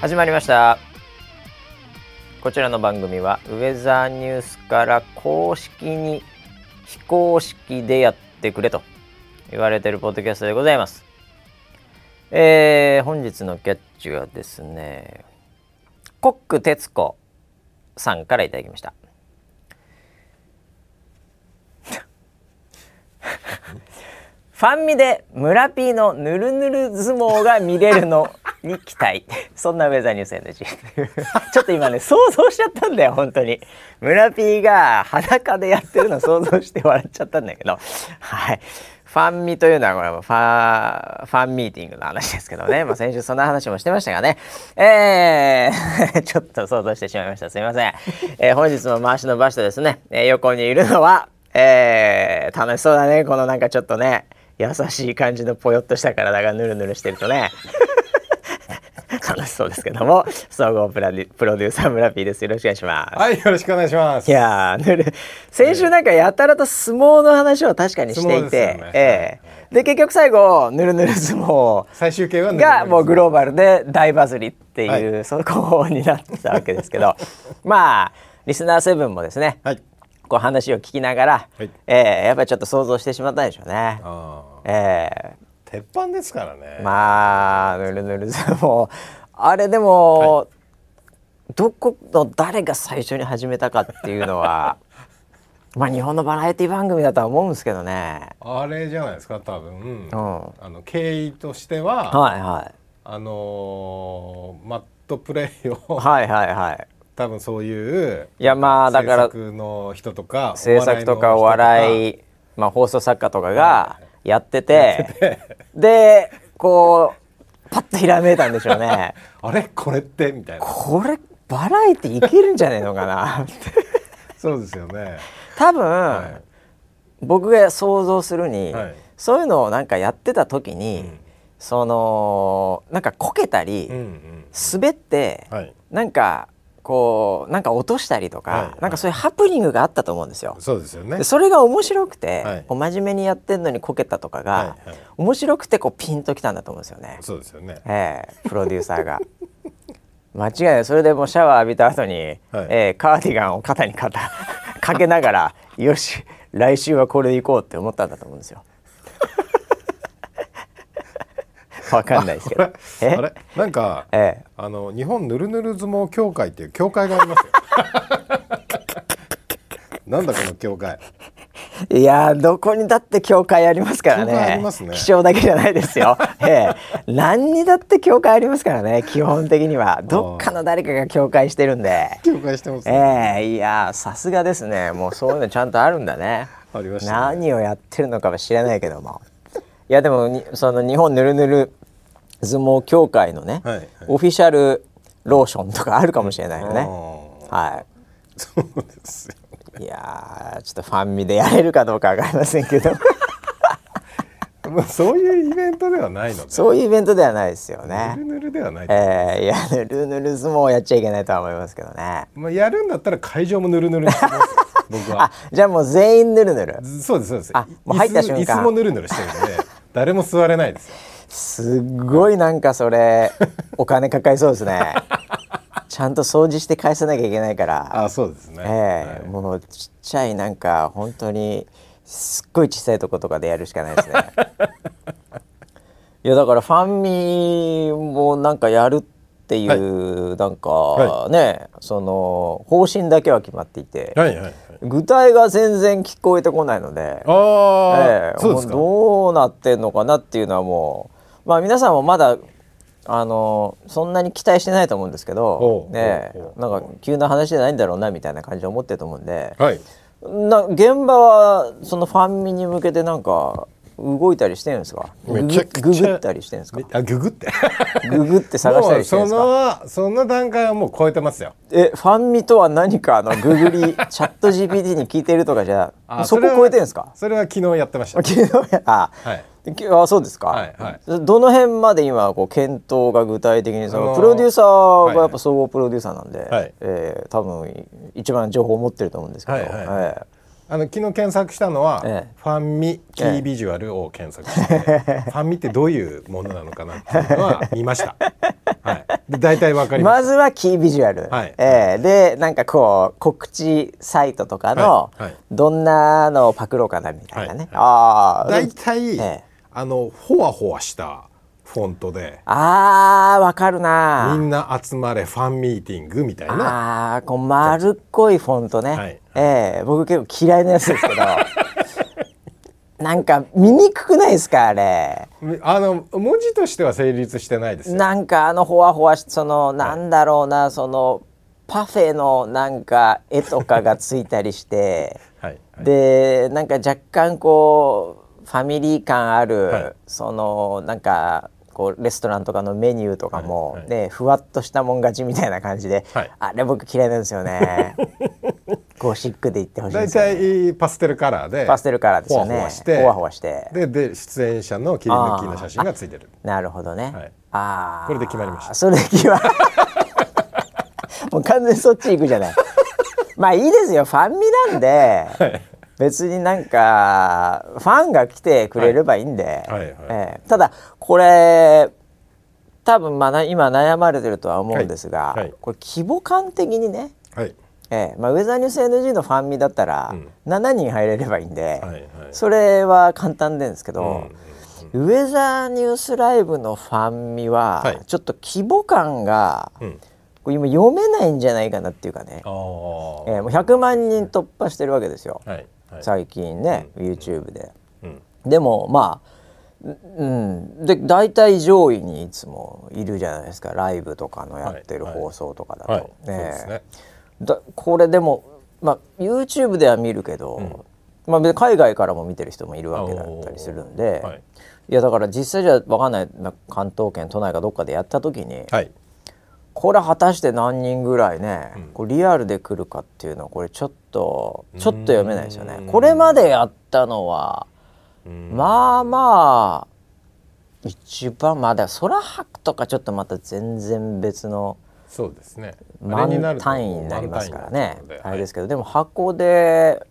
始まりました。こちらの番組はウェザーニュースから公式に非公式でやってくれと言われているポッドキャストでございます。本日のキャッチはですね、コック徹子さんからいただきました。ファンミで村 P のぬるぬる相撲が見れるのに期待。そんなウェザーニュース NG ちょっと今ね想像しちゃったんだよ。本当に村 P が裸でやってるのを想像して笑っちゃったんだけど、はい、ファンミというのはこれはファンミーティングの話ですけどね、先週そんな話もしてましたがね、ちょっと想像してしまいました。すみません。本日も回しの場所ですね、横にいるのは、楽しそうだね、このなんかちょっとね優しい感じのぽよっとした体がヌルヌルしてるとね楽しそうですけども、総合プロデューサー村 P です。よろしくお願いします。 はい、よろしくお願いします。 いや先週なんかやたらと相撲の話を確かにしていて、で結局最後ヌルヌル相撲最終形はがもうグローバルで大バズりっていう、そこになってたわけですけどまあリスナー7もですね、 はい、 こう話を聞きながら、はい、やっぱりちょっと想像してしまったでしょうね。 鉄板ですからね。 まあぬるぬる相撲あれでも、はい、どこの誰が最初に始めたかっていうのはまあ日本のバラエティ番組だとは思うんですけどね。 あれじゃないですか多分、経緯としては、はいはい、マットプレイをはいはいはい多分そういういやまあだから制作の人とか制作とかお笑い、放送作家とかがやってて、でこうパッとひらめいたんでしょうねあれこれってみたいな、 これバラエティいけるんじゃねえのかなそうですよね多分、僕が想像するに、そういうのをなんかやってた時に、そのなんかこけたり、滑って、なんかこうなんか落としたりとか、なんかそういうハプニングがあったと思うんですよ。 そうですよね。 でそれが面白くて、こう真面目にやってんのにこけたとかが、面白くてこうピンときたんだと思うんですよね。 そうですよね。 プロデューサーが間違いない。それでもうシャワー浴びた後に、カーディガンを肩にかけながらよし来週はこれでいこうって思ったんだと思うんですよわかんないですけど。 あれなんか、日本ぬるぬる相撲協会っていう協会がありますよなんだこの協会。 いやどこにだって協会ありますからね。 ありますね。 気象だけじゃないですよ、何にだって協会ありますからね。基本的にはどっかの誰かが協会してるんで。 協会してますね。 いやさすがですね。もうそういうのちゃんとあるんだね。 ありましたね。 何をやってるのかは知らないけども、いやでもその日本ぬるぬる相撲協会のね、オフィシャルローションとかあるかもしれないよね。 そうですよ。 いやちょっとファンミでやれるかどうかわかりませんけどそういうイベントではないので。 そういうイベントではないですよね。 ぬるぬるではない。 いやぬるぬる相撲やっちゃいけないとは思いますけどね。 やるんだったら会場もぬるぬるにします僕は。 じゃあもう全員ぬるぬる。 そうですそうです。 もう入った瞬間椅子もぬるぬるしてるんで誰も座れないですよ。 すごいなんかそれお金かかりそうですねちゃんと掃除して返さなきゃいけないから。 そうですね。 もうちっちゃいなんか本当にすっごい小さいとことかでやるしかないですねいやだからファンミもなんかやるっていう、なんかね、その方針だけは決まっていて、具体が全然聞こえてこないので、そうですか。どうなってんのかなっていうのはもう、皆さんもまだそんなに期待してないと思うんですけど、なんか急な話じゃないんだろうなみたいな感じで思ってると思うんで、現場はそのファンミに向けてなんか動いたりしてるんですか。ググったりしてるんですか。 ググってググって探したりしてるんですか。 その段階はもう超えてますよ。 ファンミとは何かググリチャット GPT に聞いてるとかじゃそこ超えてるんですか。 それは昨日やってました。 昨日そうですか。どの辺まで今こう検討が具体的に、そのプロデューサーがやっぱ総合プロデューサーなんで、多分一番情報を持ってると思うんですけど、 昨日検索したのは、ファンミキービジュアルを検索して、ファンミってどういうものなのかなっていうのは見ましたはい、で大体わかります。 まずはキービジュアル、はい、でなんかこう告知サイトとかの、はいはい、どんなのをパクろうかなみたいなね、 はいはい、大体、ほわほわしたフォントで、 わかるな、 みんな集まれファンミーティングみたいな、 こう丸っこいフォントね、はい、僕結構嫌いなやつですけどなんか見にくくないですかあれ。 文字としては成立してないですよ。 なんかほわほわしその、なんだろうな、そのパフェのなんか絵とかがついたりしてはい、はい、でなんか若干こうファミリー感ある、はい、そのなんかこうレストランとかのメニューとかも、はいはい、でふわっとしたもん勝ちみたいな感じで、はい、あれ僕嫌いなんですよねゴシックで言ってほしいですよね。 大体パステルカラーでパステルカラーですよね。ほわほわしてで出演者の切り抜きの写真がついてる。 なるほどね、 はい、これで決まりました。 それで決まもう完全にそっち行くじゃないまあいいですよ、ファンミなんで、はい、別になんかファンが来てくれればいいんで、はいはいはい、ただこれ多分今悩まれてるとは思うんですが、はいはい、これ規模感的にね、はい、ウェザーニュース NG のファンミだったら7人入れればいいんで、はいはい、それは簡単ですけど、ウェザーニュースライブのファンミはちょっと規模感が、今読めないんじゃないかなっていうかね、もう100万人突破してるわけですよ、はいはい、最近ね、YouTube で、でもまあで大体上位にいつもいるじゃないですか、ライブとかのやってる放送とかだと、これでも、YouTube では見るけど、海外からも見てる人もいるわけだったりするんで、いやだから実際じゃ分かんない、関東圏都内かどっかでやった時に、これ果たして何人ぐらいね、こうリアルで来るかっていうのはこれちょっと読めないですよね。これまでやったのはまあ一番だ空白とかちょっとまた全然別のそうですね、 万単位になりますからね、あれですけど、でも箱で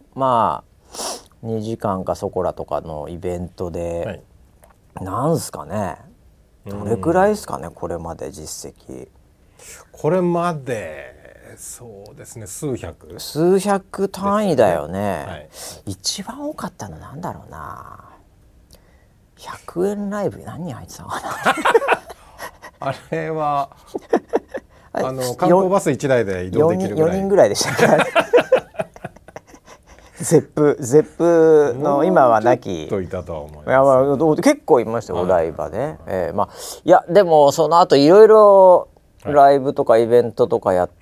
2時間かそこらとかのイベントで、なんすかね、どれくらいですかね、これまで実績。 これまでそうですね、数百単位だよね、一番多かったのなんだろうな、100円ライブ何人入ってたのかなあれは観光バス1台で移動できるぐらい 4人ぐらいでしたからゼップの今はなきといたとは思います。 結構いましたよ、お台場で、いやでもその後いろいろライブとかイベントとかやって、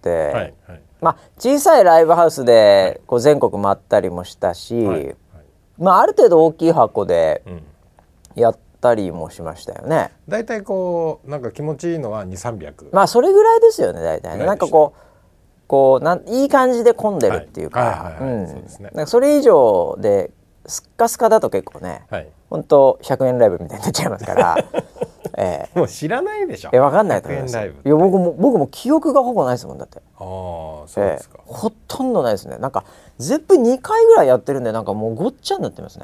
小さいライブハウスでこう全国回ったりもしたし、ある程度大きい箱でやったりもしましたよね。 だいたいこうなんか気持ちいいのは200-300、 それぐらいですよね、だいたいね。なんかこういい感じで混んでるっていうか、それ以上でスッカスカだと結構ね、本当100円ライブみたいになっちゃいますからもう知らないでしょ。 分かんないと思います。いや僕も記憶がほぼないですもん、だって。 そうですか。 ほとんどないですね。なんかゼップ2回ぐらいやってるんで、なんかもうごっちゃになってますね。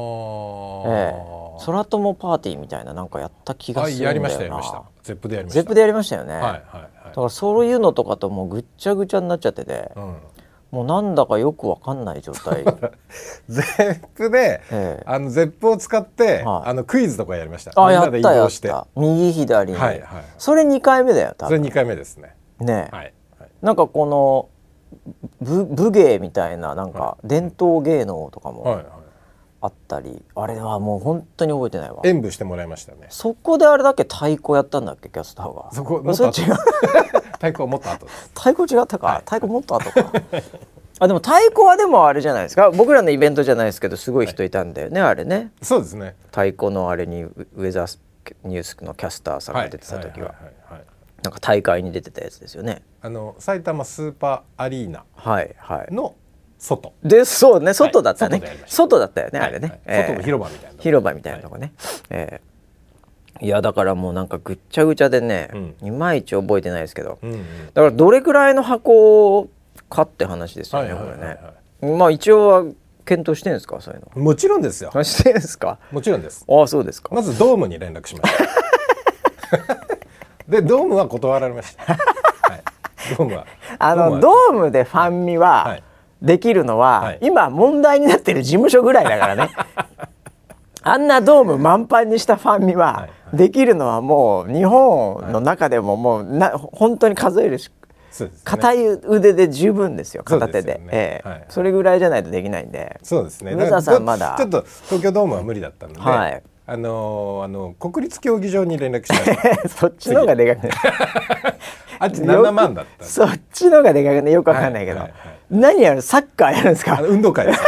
空友パーティーみたいななんかやった気がするんだよな。 やりました。ゼップでやりました。 ゼップでやりましたよね。だからそういうのとかともうぐっちゃぐちゃになっちゃってて、もうなんだかよくわかんない状態ゼップで、ゼップを使って、クイズとかやりました。 やった右左に、それ2回目だよ多分。 それ2回目ですね。 なんかこの武芸みたいな、なんか伝統芸能とかもあったり、あれはもう本当に覚えてないわ。 演舞してもらいましたね。 そこであれだけ太鼓やったんだっけ、キャスターが。 そこもっと後太鼓はもっと後です。 太鼓違ったか、太鼓もっと後かでも太鼓はでもあれじゃないですか、僕らのイベントじゃないですけどすごい人いたんだよね、あれね。 そうですね。 太鼓のあれにウェザーニュースのキャスターさんが出てた時はなんか大会に出てたやつですよね。 埼玉スーパーアリーナの外で、そうね、外だったね、外だったよね、あれね、 外の広場みたいな広場みたいなとこね。いやだからもうなんかぐっちゃぐちゃでね、いまいち覚えてないですけど、だからどれくらいの箱かって話ですよね、これね。一応は検討してるんですか、そういうの。 もちろんですよ。 してるんですか。 もちろんです。 ああ、そうですか。 まずドームに連絡しましたでドームは断られました、はい、ドームはドームでファンミはできるのは、はい、今問題になってる事務所ぐらいだからねあんなドーム満帆にしたファンミはできるのはもう日本の中でももう本当に数えるし、片腕で十分ですよ、片手で、それぐらいじゃないとできないんで。 そうですね。 梅沢さんまだちょっと東京ドームは無理だったので、はい、国立競技場に連絡したそっちの方がでかくねあっち7万だった。 そっちの方がでかくね、よくわかんないけど、何やる、サッカーやるんですか？ 運動会です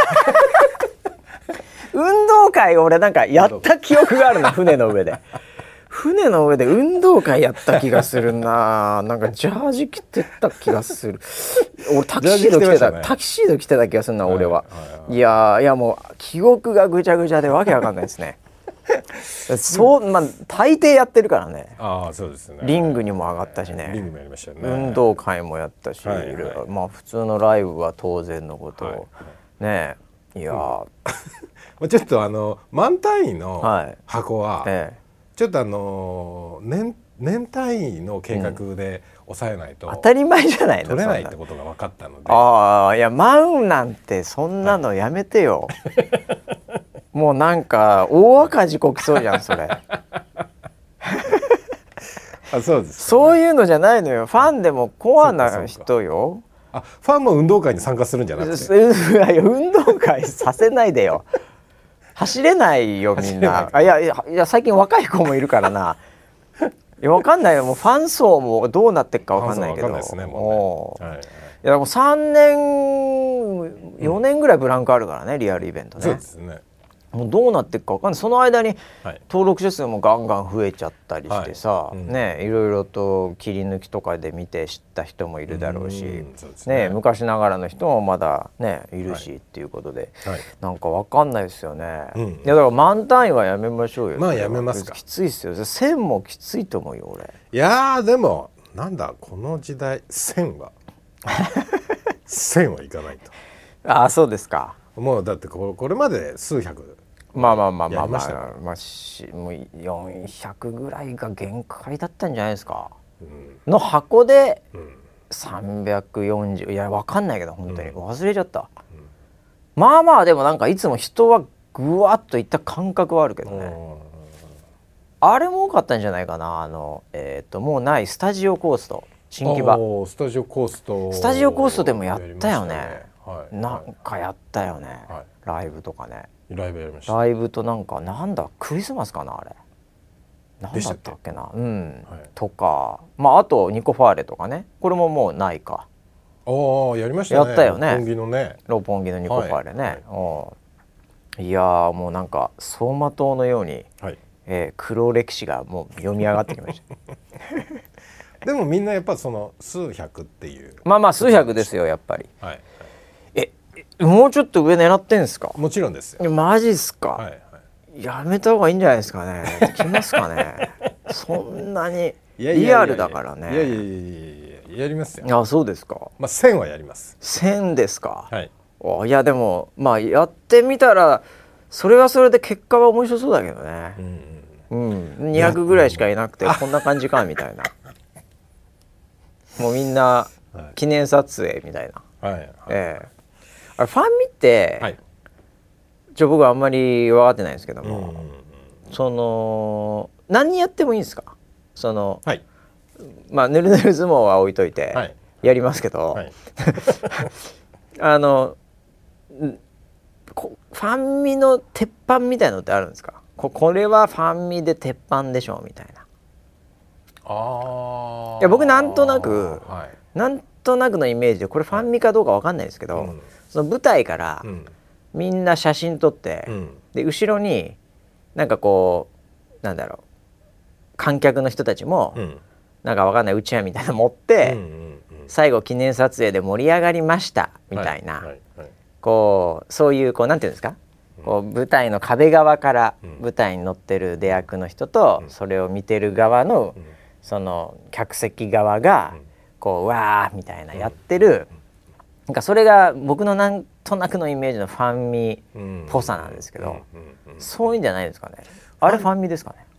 運動会俺なんかやった記憶があるな船の上で運動会やった気がするななんかジャージ着てた気がする俺タキシード着てた、タキシード着てた気がするな俺は、いやもう記憶がぐちゃぐちゃでわけわかんないですねそうまあ大抵やってるからね。 ああそうですね。 リングにも上がったしね。 リングもやりましたよね。 運動会もやったし、まあ普通のライブは当然のこと、ねえ、いやちょっと万単位の箱は、ちょっと年単位の計画で抑えないと、 当たり前じゃないの取れないってことが分かったので。 ああいや万なんてそんなのやめてよ、もうなんか大赤字こきそうじゃんそれあそうです、ね、 そういうのじゃないのよ。ファンでもコアな人よ。 あファンも運動会に参加するんじゃなくて運動会させないでよ走れないよみんな。いや最近若い子もいるからな。いや分かんないよ、もうファン層もどうなっていくか分かんないけど、いやでも3年4年ぐらいブランクあるからね、リアルイベントね。 そうですね。 もうどうなっていくか分かんない。その間に登録者数もガンガン増えちゃったりしてさ、ね、いろいろと切り抜きとかで見て知った人もいるだろうし、ね、昔ながらの人もまだねいるしっていうことで、なんか分かんないですよね。いやだから満単位はやめましょうよ。 まあやめますか。 きついっすよ。1000もきついと思うよ俺。 いやでもなんだこの時代1000は1000はいかないと。 ああそうですか。 もうだってこれまで数百もう400ぐらいが限界だったんじゃないですか、の箱で340、いや分かんないけど本当に忘れちゃった、まあまあでもなんかいつも人はぐわっといった感覚はあるけどね、あれも多かったんじゃないかな。もうないスタジオコースト新木場。 スタジオコーストでもやったよね。なんかやったよね、ライブとかね。 ライブやりました。 ライブとなんだクリスマスかなあれ。何だったっけな、とか、まああとニコファーレとかね。これももうないか。 やりましたね。 やったよね。 六本木のニコファーレね。いやもうなんか走馬灯のように、黒歴史がもう読み上がってきましたでもみんなやっぱその数百っていう。 まあ数百ですよやっぱり。もうちょっと上狙ってんすか？ もちろんですよ。 マジっすか？やめた方がいいんじゃないですかね。できますかねそんなにリアルだからね。 いややりますよ。 あそうですか。 まあ1000はやります。 1000ですか。いやでもまあやってみたらそれはそれで結果は面白そうだけどね。200ぐらいしかいなくてこんな感じかみたいなもうみんな記念撮影みたいな。あれファンミって、僕はあんまり分かってないんですけども、その何やってもいいんですか？その、まあぬるぬる相撲は置いといて、やりますけど、ファンミの鉄板みたいのってあるんですか？これはファンミで鉄板でしょみたいな。いや僕なんとなくのイメージでこれファンミかどうか分かんないですけど、その舞台からみんな写真撮って、で後ろになんかこうなんだろう観客の人たちもなんか分かんないうちわみたいなの持って、最後記念撮影で盛り上がりましたみたいな、こうそういうこうなんていうんですか、こう舞台の壁側から舞台に乗ってる出役の人とそれを見てる側のその客席側がこうわーみたいなやってる。なんかそれが僕のなんとなくのイメージのファンミっぽさなんですけど、そういうんじゃないですかね。あれファンミですかね。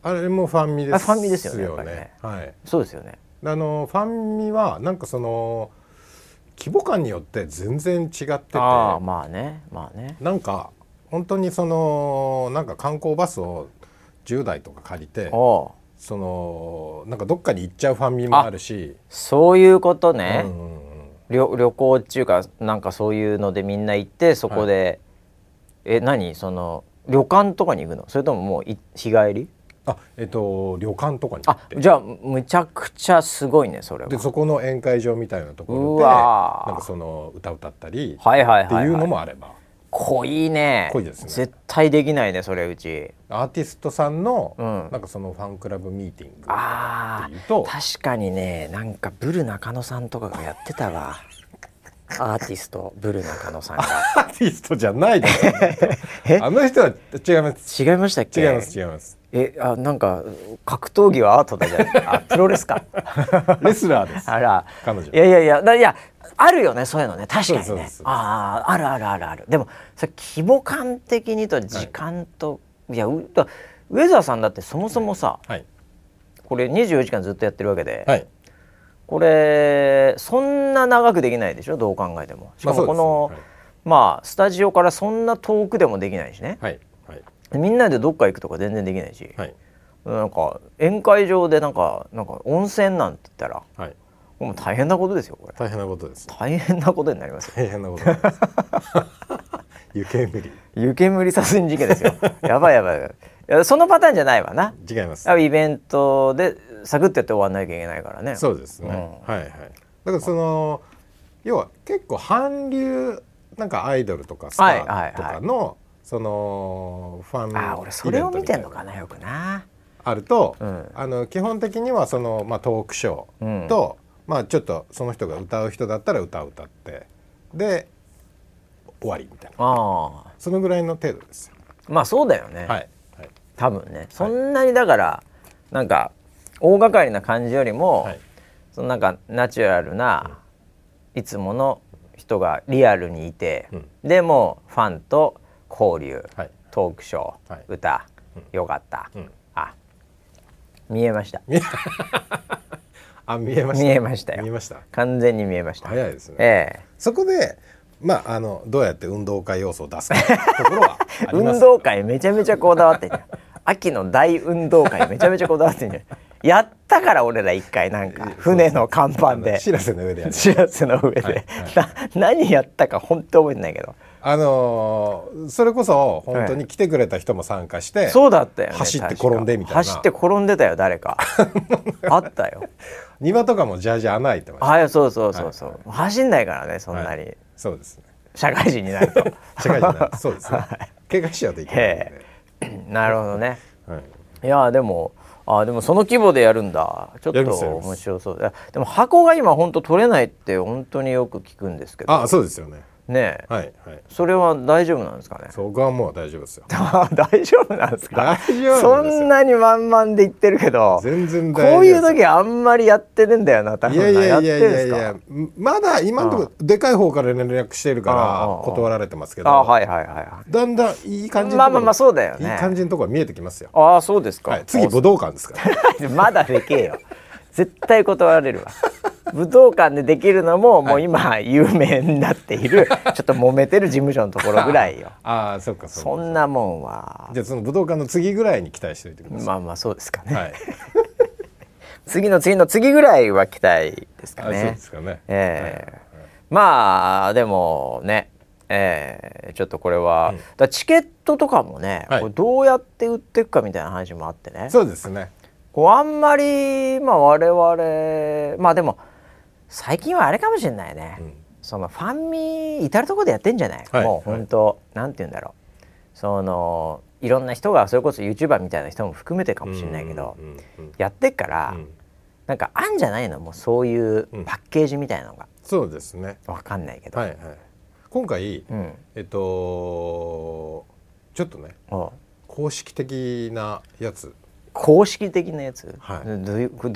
あれもファンミですよね。 ファンミですよね、やっぱりね。はい、そうですよね。 ファンミはなんかその規模感によって全然違ってて、 まあね。 なんか本当にそのなんか観光バスを10台とか借りて、そのなんかどっかに行っちゃうファンミもあるし、 そういうことね。旅行っていうかなんかそういうのでみんな行ってそこで、何その旅館とかに行くの？それとももう日帰り？ 旅館とかに行って。 じゃあむちゃくちゃすごいね、それは。 でそこの宴会場みたいなところでなんかその歌歌ったりっていうのもあれば。 濃いね。 濃いですね。 絶対できないね、それうち。 アーティストさんの、なんかそのファンクラブミーティングっていうと、 確かにね、なんかブル中野さんとかがやってたわ。アーティストブル中野さんが。 アーティストじゃないですよ、ね、あの人は違います。 違いましたっけ？ 違います。 なんか格闘技はアートだじゃない。プロレスか。 レスラーです。 あら、 彼女。 いやあるよね、そういうのね。確かにね。ある。でもそれ規模感的にと時間と、ウェザーさんだってそもそもさ、これ24時間ずっとやってるわけで、これそんな長くできないでしょ、どう考えても。しかもこの、スタジオからそんな遠くでもできないしね。みんなでどっか行くとか全然できないし、なんか宴会場でなんか温泉なんて言ったら、もう大変なことですよ、これ。 大変なことです。 大変なことになりますよ。 大変なことです。 湯煙殺人事件ですよ。やばい。そのパターンじゃないわな。 違います。 イベントでサクッとやって終わんなきゃいけないからね。 そうですね。だからその要は結構韓流なんかアイドルとかスターとかのそのファン、 俺それを見てんのかな、よくな。 あると、基本的にはそのトークショーと、ちょっとその人が歌う人だったら歌ってで終わりみたいな、そのぐらいの程度ですよ。 そうだよね。多分ね、そんなにだからなんか大掛かりな感じよりも、そのなんかナチュラルな、いつもの人がリアルにいて、でもファンと交流、トークショー、歌、よかった、見えました。 見えましたよ。 完全に見えました。 早いですね。そこでどうやって運動会要素を出すかところはあります。 運動会めちゃめちゃこだわってんじゃん。秋の大運動会めちゃめちゃこだわってんじゃん。やったから俺ら一回なんか船の甲板でしらせの上で何やったか本当覚えてないけど、 それこそ本当に来てくれた人も参加して、 そうだったよね。 走って転んでみたいな。 走って転んでたよ、誰か。あったよ。 庭とかもジャージ穴開いてました。 そう走んないからね、そんなに。 そうですね。 社会人になると。 社会人になる。そうですね。怪我しちゃうといけないので。 なるほどね。いやでもその規模でやるんだ。ちょっと面白そう。でも箱が今本当取れないって本当によく聞くんですけど。 そうですよね。 ねえ、それは大丈夫なんですかね。 そこはもう大丈夫ですよ。 大丈夫なんですか。 大丈夫。 そんなに満々で言ってるけど、 全然大丈夫。 こういう時あんまりやってるんだよな。多分いやまだ今のところでかい方から連絡してるから断られてますけど、だんだんいい感じのところ、 そうだよね。 いい感じのところ見えてきますよ。 そうですか。 次武道館ですから。 まだでけえよ。絶対断られるわ。武道館でできるのももう今有名になっている、ちょっと揉めてる事務所のところぐらいよ。 そっか。 そんなもんは。 じゃあその武道館の次ぐらいに期待しておいてください。 そうですかね。次の次ぐらいは期待ですかね。 そうですかね。 でもね、ちょっとこれは、チケットとかもね、これどうやって売っていくかみたいな話もあってね。 そうですね。 あんまり我々でも最近はあれかもしれないね、そのファンミ至るところでやってんじゃない、もう本当、なんて言うんだろう、そのいろんな人がそれこそ YouTuber みたいな人も含めてかもしれないけど、やってっから、なんかあんじゃないの、もうそういうパッケージみたいなのが。 そうですね。 わかんないけど、 今回、ちょっとね、公式的なやつ。 公式的なやつ、どういうこと？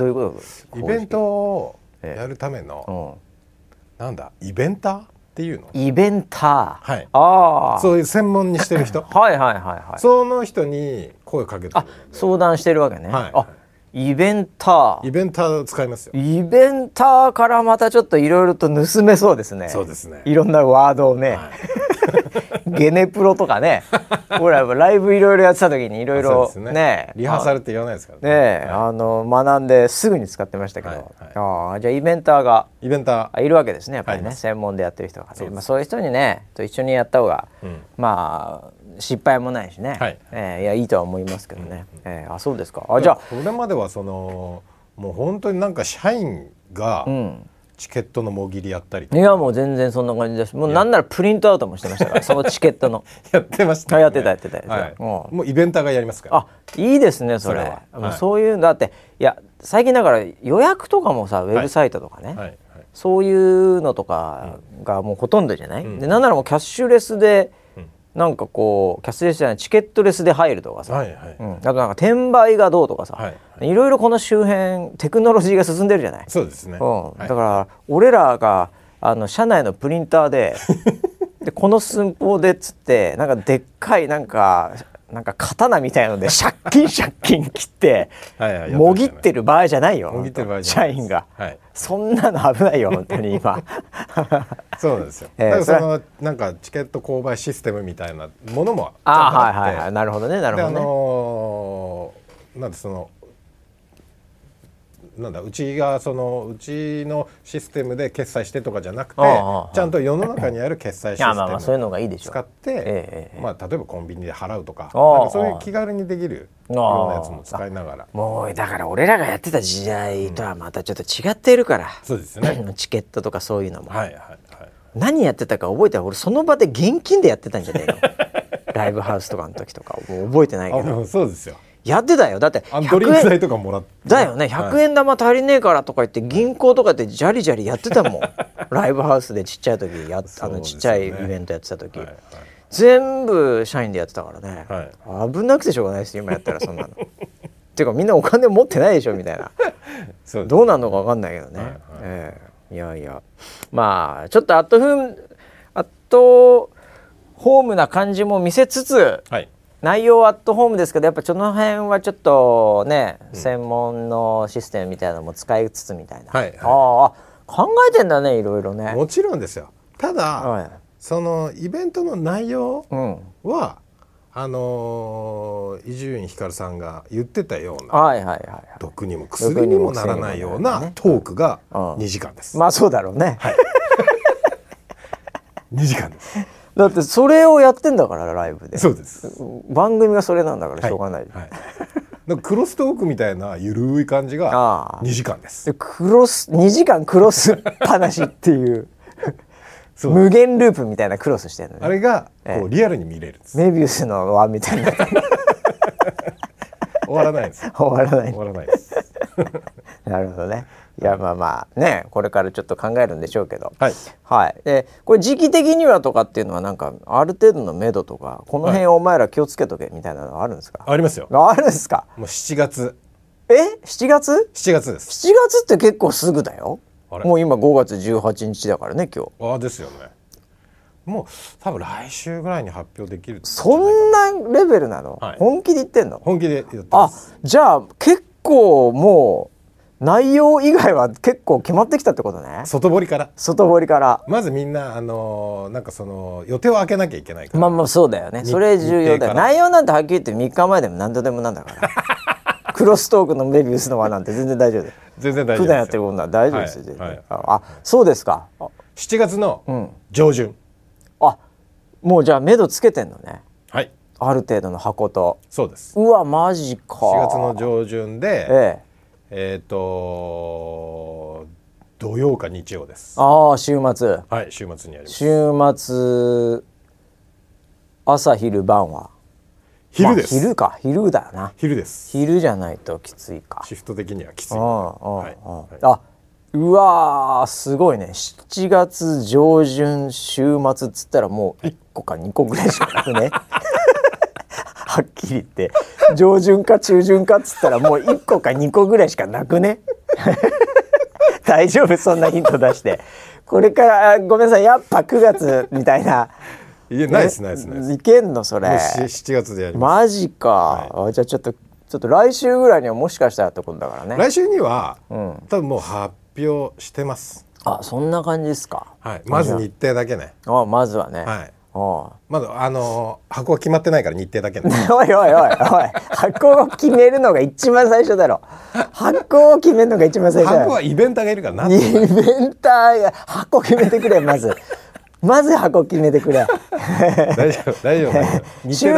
イベントをやるための、なんだ、イベンターっていうの？ イベンター、 そういう専門にしてる人、その人に声かけてあ相談してるわけね、 はい、 あイベンター使いますよ。 イベンターからまたちょっといろいろと盗めそうですね。 そうですね。 いろんなワードをね、はい、ゲネプロとかねほらライブいろいろやってた時にいろいろねリハーサルって言わないですからね、はい、学んですぐに使ってましたけど、はいはい、じゃあイベンターいるわけですねやっぱりね、専門でやってる人が、ね、そういう人にねと一緒にやった方が、まあ失敗もないしね、はい、いやいいとは思いますけどね、あそうですか。あじゃあこれまではもう本当になんか社員がチケットのもぎりやったりとか、 いやもう全然そんな感じだし、もうなんならプリントアウトもしてましたからそのチケットのやってました、 ね、やってた、 はい、もうイベンターがやりますから。 あいいですねそれは、もうそういうのだっていや最近だから予約とかもさウェブサイトとかね、はいはいはい、そういうのとかがもうほとんどじゃない、でなんならもうキャッシュレスでなんかこうキャッシュレスじゃないチケットレスで入るとかさ、はいはい、あとなんか転売がどうとかさ、はいはい、いろいろこの周辺テクノロジーが進んでるじゃない。 そうですね、 はい、だから俺らが社内のプリンターででこの寸法でっつってなんかでっかいなんか刀みたいので借金切ってもぎってる場合じゃないよ社員が、はい、そんなの危ないよ本当に今そうなんですよ、だからなんかチケット購買システムみたいなものもあって、 はいはいはい、なるほどねなるほどね。 なんでなんだうちのシステムで決済してとかじゃなくて、ちゃんと世の中にある決済システムを使って、例えばコンビニで払うとか、なんかそういう気軽にできるようなやつも使いながら、 もうだから俺らがやってた時代とはまたちょっと違っているから、 そうですねチケットとかそういうのも、 はいはいはい、 何やってたか覚えてない。俺その場で現金でやってたんじゃないのライブハウスとかの時とかもう覚えてないけど。 そうですよ、 やってたよ。だってドリンク代とかもらってだよね。100円玉足りねえからとか言って銀行とかでジャリジャリやってたもんライブハウスでちっちゃい時ちっちゃいイベントやってた時、はいはい、全部社員でやってたからね、はい、危なくてしょうがないですよ今やったらそんなのっていうかみんなお金持ってないでしょみたいなそう、ね、どうなるのか分かんないけどね、はいはい、いやいやまあちょっとアットホームな感じも見せつつ、はい、内容はアットホームですけどやっぱその辺はちょっとね、専門のシステムみたいなのも使いつつみたいな、はいはい、考えてんだねいろいろね。 もちろんですよ。ただ、はい、そのイベントの内容は、伊集院光さんが言ってたような、はいはいはいはい、毒にも薬にもならないようなトークが2時間です、 まあそうだろうね、はい、 2時間です。 だってそれをやってんだからライブで。 そうです。 番組がそれなんだからしょうがない、はいはい、クロストークみたいなゆるい感じが2時間です。 2時間クロス話っていう無限ループみたいなクロスしてるのね。 あれがこうリアルに見れるんです。 メビウスの輪みたいな終わらないです。 終わらないです。 なるほどね。いやまあまあねこれからちょっと考えるんでしょうけど、 はい、はい、 でこれ時期的にはとかっていうのはなんかある程度の目処とかこの辺お前ら気をつけとけみたいなのあるんですか。 ありますよ。 あるんですか。 もう7月。 7月 ？7月です。 7月って結構すぐだよ。もう今5月18日だからね今日。 ですよね。もう多分来週ぐらいに発表できる。 そんなレベルなの？はい、本気で言ってんの？ 本気で言ってます。 じゃあ結構もう内容以外は結構決まってきたってことね。外堀からまずみんななんかその予定を空けなきゃいけないから。 まあそうだよね。それ重要だよ。内容なんてはっきり言って3日前でも何度でもなんだからクロストークのメビウスの輪なんて全然大丈夫。 全然大丈夫。 普段やってることは大丈夫ですよ、 はいはい、 そうですか。 7月の上旬、 もうじゃあ目処つけてんのね。 はい、 ある程度の箱と。 そうです。 うわマジか。 7月の上旬で、土曜か日曜です。 週末。 はい、週末にやります。 週末朝昼晩は昼です。 昼だよな。 昼です。 昼じゃないときついか。 シフト的にはきつい。 うわーすごいね。7月上旬週末っつったらもう1個か2個ぐらいしかなくねはっきり言って上旬か中旬かっつったらもう1個か2個ぐらいしかなくね大丈夫そんなヒント出して。これからごめんなさいやっぱ9月みたいないやないですないですないです。 いけんのそれ。 もう7月でやります。 マジか、はい、じゃあちょっと来週ぐらいにはもしかしたらってことだからね。 来週には、多分もう発表してます。 あ、そんな感じですか。 はい、まず日程だけね。 まずはね。 はい。まだ箱は決まってないから日程だけね。 おいおいおいおい、箱を決めるのが一番最初だろ。箱を決めるのが一番最初だろ。 箱はイベンターがいるからな。 イベンターが箱決めてくれまず。まず箱決めてくれ。 大丈夫大丈夫。 週末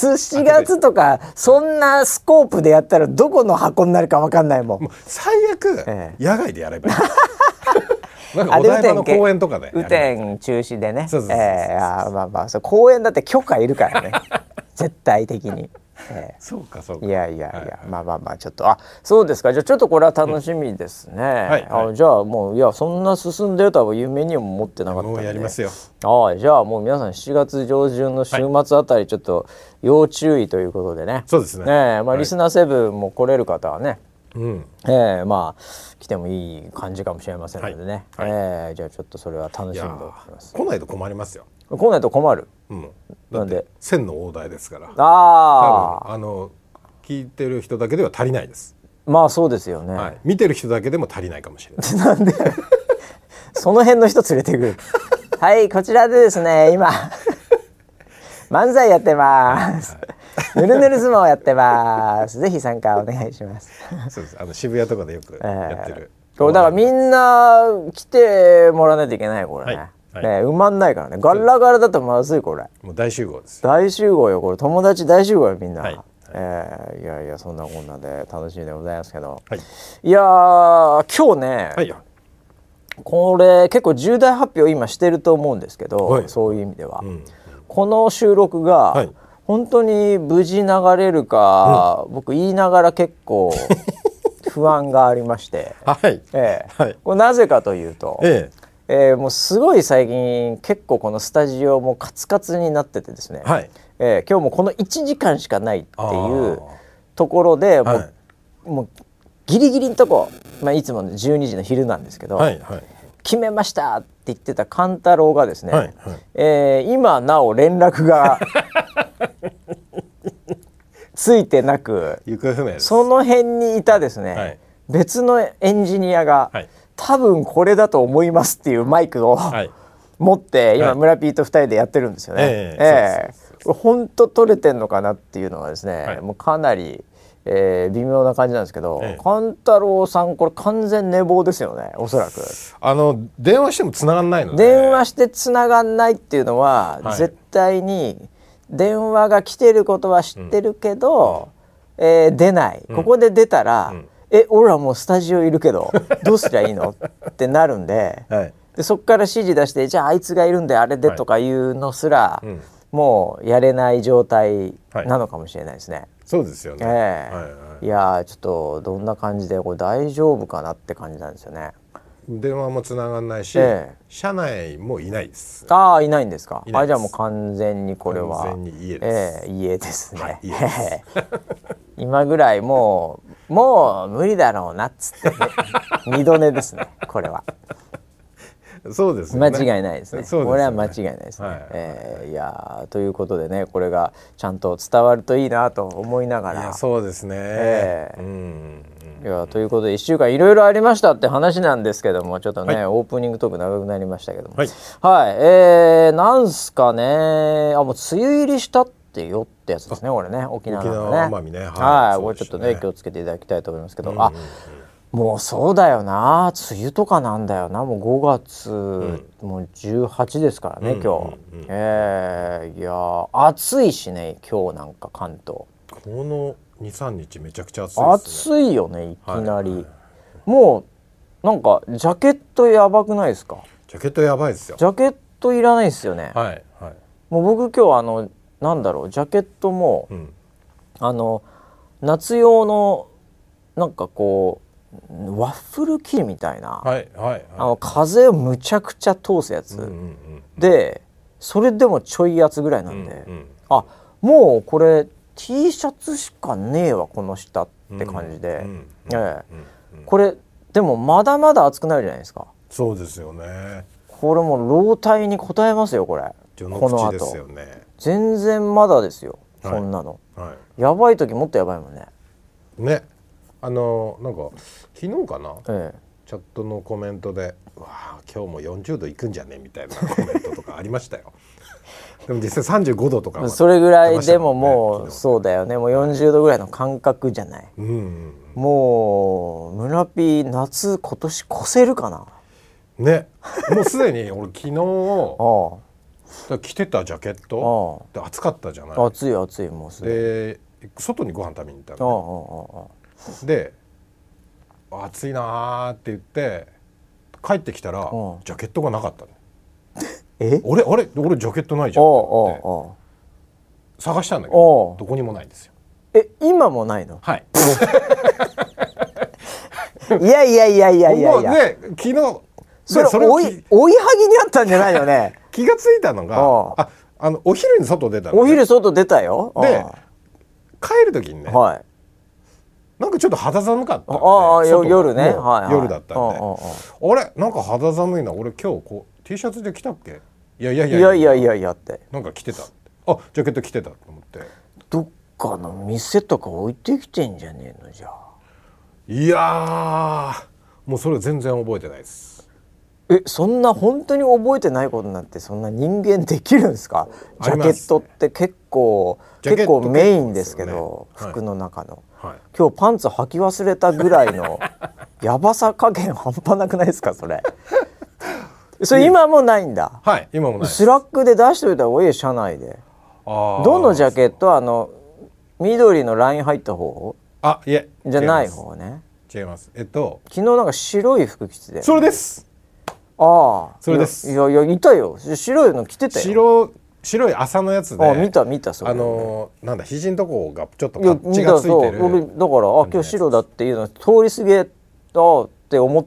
7月とかそんなスコープでやったらどこの箱になるか分かんないもん。 もう最悪、野外でやればいい。なんかお台場の公園とかで雨天中止でね。 まあそう公園だって許可いるからね。絶対的に。 そうかそうか。 いや、まあちょっとそうですか。じゃあちょっとこれは楽しみですね。じゃあもうそんな進んでるとは夢にも思ってなかったんで。 もうやりますよ。 じゃあもう皆さん7月上旬の週末あたりちょっと要注意ということでね。 そうですね。 リスナー7も来れる方はね。まあ来てもいい感じかもしれませんのでね。じゃあちょっとそれは楽しみでおきます。 来ないと困りますよ。 来ないと困る。 なんで1000の大台ですから。 多分聞いてる人だけでは足りないです。 まあそうですよね。 見てる人だけでも足りないかもしれない。 なんでその辺の人連れてくる。はいこちらでですね今漫才やってます。ぬるぬる相撲やってます。ぜひ参加お願いします。 そうです。渋谷とかでよくやってる。 だからみんな来てもらわないといけないこれね。埋まんないからね。ガラガラだとまずいこれ。 もう大集合です。 大集合よこれ。友達大集合よみんな。いやそんなこんなで楽しみでございますけど。いや今日ね。これ結構重大発表今してると思うんですけど、そういう意味では、この収録が本当に無事流れるか、僕言いながら結構不安がありまして、これなぜかというと、もうすごい最近結構このスタジオもカツカツになっててですね、今日もこの1時間しかないっていうところでもうギリギリのとこ、いつもの12時の昼なんですけど、決めましたって言ってた勘太郎がですね、今なお連絡がついてなく、 行方不明です。 その辺にいたですね、別のエンジニアが、多分これだと思いますっていうマイクを、持って今村ピーと2人でやってるんですよね。本当取れてんのかなっていうのはですね、もうかなり微妙な感じなんですけど、勘太郎さんこれ完全寝坊ですよね、おそらく。 電話しても繋がんないので。 電話して繋がんないっていうのは、絶対に電話が来てることは知ってるけど、出ない、ここで出たら、俺らもうスタジオいるけどどうすりゃいいのってなるんで、でそっから指示出して、じゃああいつがいるんであれでとかいうのすら、もうやれない状態なのかもしれないですね。 そうですよね。 いやちょっとどんな感じでこれ大丈夫かなって感じなんですよね。 電話もつながんないし、車内もいないです。 いないんですか。じゃあもう完全にこれは完全に家です。 家ですね。今ぐらいもう無理だろうなっつってね、二度寝ですねこれは。 そうですね。 間違いないですね。これは間違いないですね。いやということでね、これがちゃんと伝わるといいなと思いながら。 いやそうですね。 いやということで1週間いろいろありましたって話なんですけども、ちょっとね、オープニングトーク長くなりましたけども、なんすかね、もう梅雨入りしたってよってやつですね、これね、沖縄のね。これちょっとね気をつけていただきたいと思いますけど、もうそうだよな、梅雨とかなんだよな、もう5月、もう18ですからね今日。いや暑いしね、今日なんか関東この 2,3 日めちゃくちゃ暑いですね。 暑いよね、いきなり。もうなんかジャケットやばくないですか。 ジャケットやばいですよ。 ジャケットいらないですよね。もう僕今日なんだろう、ジャケットも、夏用のなんかこうワッフルキーみたいな、風をむちゃくちゃ通すやつで、それでもちょい圧ぐらいなんで、もうこれ T シャツしかねえわこの下って感じで、これでもまだまだ暑くなるじゃないですか。 そうですよね。 これもう老体に応えますよこれ。 序の口ですよね。 全然まだですよ、 はい、 そんなの、 はい、 やばい時もっとやばいもんね。 ね、なんか昨日かな、 ええ、 チャットのコメントで「わあ今日も40度いくんじゃね?」みたいなコメントとかありましたよ。でも実際35度とか、 それぐらいでももうそうだよね、もう40度ぐらいの感覚じゃない、 うん、 もう村ピー夏今年越せるかなね。もうすでに俺昨日着てたジャケットで暑かったじゃない。 暑い暑い、もうすでで外にご飯食べに行ったの、ね、で暑いなーって言って帰ってきたらジャケットがなかったね。俺ジャケットないじゃんって思って探したんだけどどこにもないんですよ。 今もないの？ はい。 いやで昨日それ追いはぎにあったんじゃないよね。 気がついたのがお昼に外出たの、ね、 お昼外出たよ。 で帰る時にね、はい、なんかちょっと肌寒かったんで夜ね、 夜だったんであれなんか肌寒いな、俺今日こう T シャツで着たっけ、いやってなんか着てたって、ジャケット着てたと思って、 どっかの店とか置いてきてんじゃねえのじゃあ。 いやもうそれ全然覚えてないです。 そんな本当に覚えてないことなんてそんな人間できるんですか？ジャケットって結構メインですけど、服の中の、今日パンツ履き忘れたぐらいのやばさ加減半端なくないですかそれ。それ今もないんだ。 はい、今もない。 スラックで出しといた方がいい、社内で。どのジャケット？緑のライン入った方？ いえじゃない方ね。 違います。 昨日なんか白い服着てて。 それです。それです。 いやいたよ、白いの着てたよ。 白い朝のやつで。 見たそれ。 なんだ肘のとこがちょっとパッチがついてる。 俺だから今日白だっていうの通り過ぎだって思って、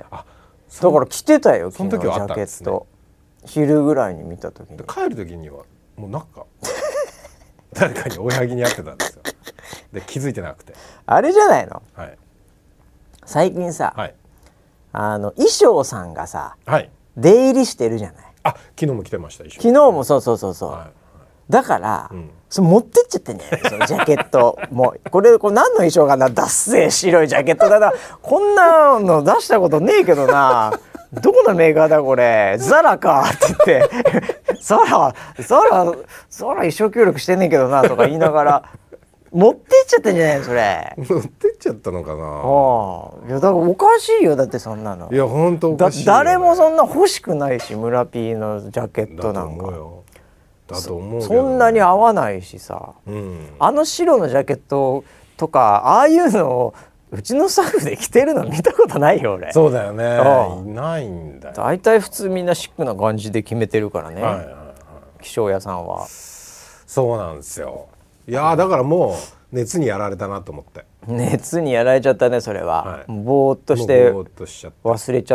だから着てたよ。 その時はあったんですね。 ジャケット昼ぐらいに見た時に。 帰る時にはもうなんか誰かに追いはぎにあってたんですよ。で気づいてなくて。 あれじゃないの？ はい。 最近さ。はい。衣装さんがさ、出入りしてるじゃない。 昨日も着てました。 昨日もそう、だから、それ持ってっちゃってんじゃないそのジャケット。もうこれ何の衣装かな、ダッセー白いジャケットだな、こんなの出したことねえけどな、どこのメーカーだこれ、ザラかって言ってザラ一生協力してんねえけどなとか言いながら持ってっちゃってんじゃないのそれ。 持ってっちゃったのかな。 いやだからおかしいよ、だってそんなの。 いや本当おかしいよ、ね、 誰もそんな欲しくないし、村 P のジャケットなんかだと思うよ。 そんなに合わないしさ、白のジャケットとかああいうのをうちのスタッフで着てるの見たことないよ俺。 そうだよね、いないんだよ。 だいたい普通みんなシックな感じで決めてるからね、気象屋さんは。 そうなんですよ。いやだからもう熱にやられたなと思って。 熱にやられちゃったねそれは、ぼーっとして忘れちゃって、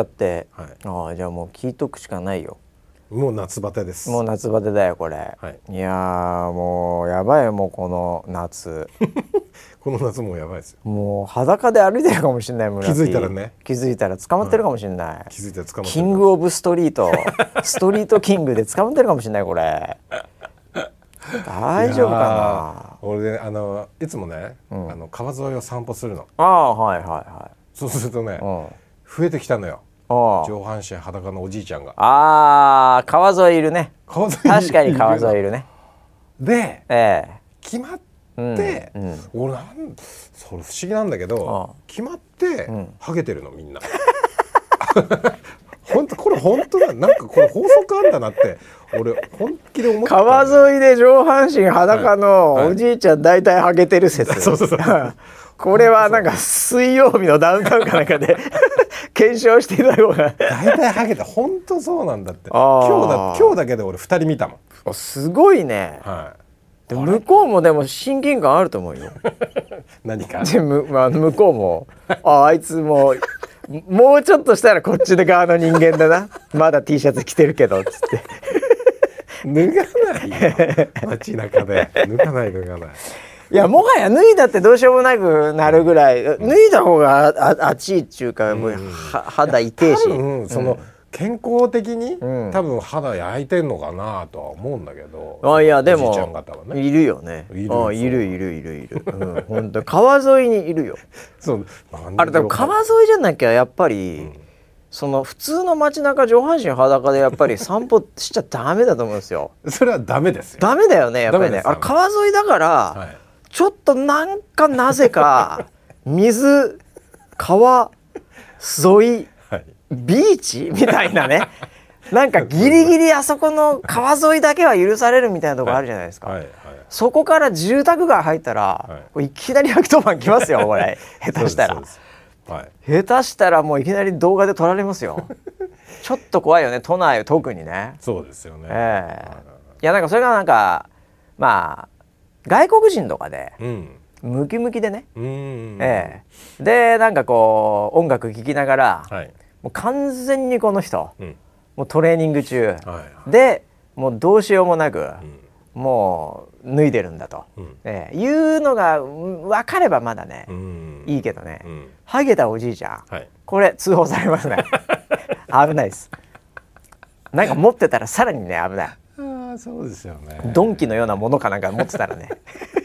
じゃあもう聞いとくしかないよ。 もう夏バテです。 もう夏バテだよこれ、いやもうやばいよ、もうこの夏この夏もうやばいですよ。 もう裸で歩いてるかもしれない。 気づいたらね、 気づいたら捕まってるかもしれない、 気づいたら捕まってる。 キングオブストリートストリートキングで捕まってるかもしれないこれ。大丈夫かな。 俺ねいつもね、川沿いを散歩するの。そうするとね、増えてきたのよ、上半身裸のおじいちゃんが。 川沿いいるね。確かに川沿いいるね。 で、決まって、俺それ不思議なんだけど、決まってハゲてるのみんな。これ本当だ、なんかこれ法則あんだなって俺本気で思った、 川沿いで上半身裸のおじいちゃん大体ハゲてる説。これはなんか水曜日のダウンタウンかなんかで検証していただこうが。 大体ハゲて本当そうなんだって。今日だけで俺2人見たもん。 すごいね。で向こうもでも親近感あると思うよ。 何かで向こうもあいつもうちょっとしたらこっち側の人間だな、まだ T シャツ着てるけどっつって脱がないよ街中で。脱がない。 いやもはや脱いだってどうしようもなくなるぐらい、脱いだ方が熱いっていうか、もう肌痛いし、 その化健康的に、 うん、 多分肌焼いてんのかなとは思うんだけど、 いやでもおじいちゃん方はね、 いるよね。いる、うん、本当川沿いにいるよ。 そうあれでも川沿いじゃなきゃやっぱり、うん、その普通の街中上半身裸でやっぱり散歩しちゃダメだと思うんですよ。 それはダメですよ。 ダメだよねやっぱりね。あれ川沿いだから、はい、ちょっとなぜか水川沿い、はい、ビーチみたいなねなんかギリギリあそこの川沿いだけは許されるみたいなところあるじゃないですか、はいはいはい、そこから住宅街入ったら、はい、いきなり110番来ますよこれ下手したら、はい、下手したらもういきなり動画で撮られますよちょっと怖いよね都内特にね。 そうですよね、 いやなんかそれがなんかまあ外国人とかで、ムキムキでね、でなんかこう音楽聴きながら、はい、もう完全にこの人、もうトレーニング中、はいはい、でもうどうしようもなく、もう脱いでるんだと、いうのが分かればまだね、いいけどね、ハゲたおじいちゃん、はい、これ通報されますね危ないです。なんか持ってたらさらにね危ない。 そうですよね。 鈍器のようなものかなんか持ってたらね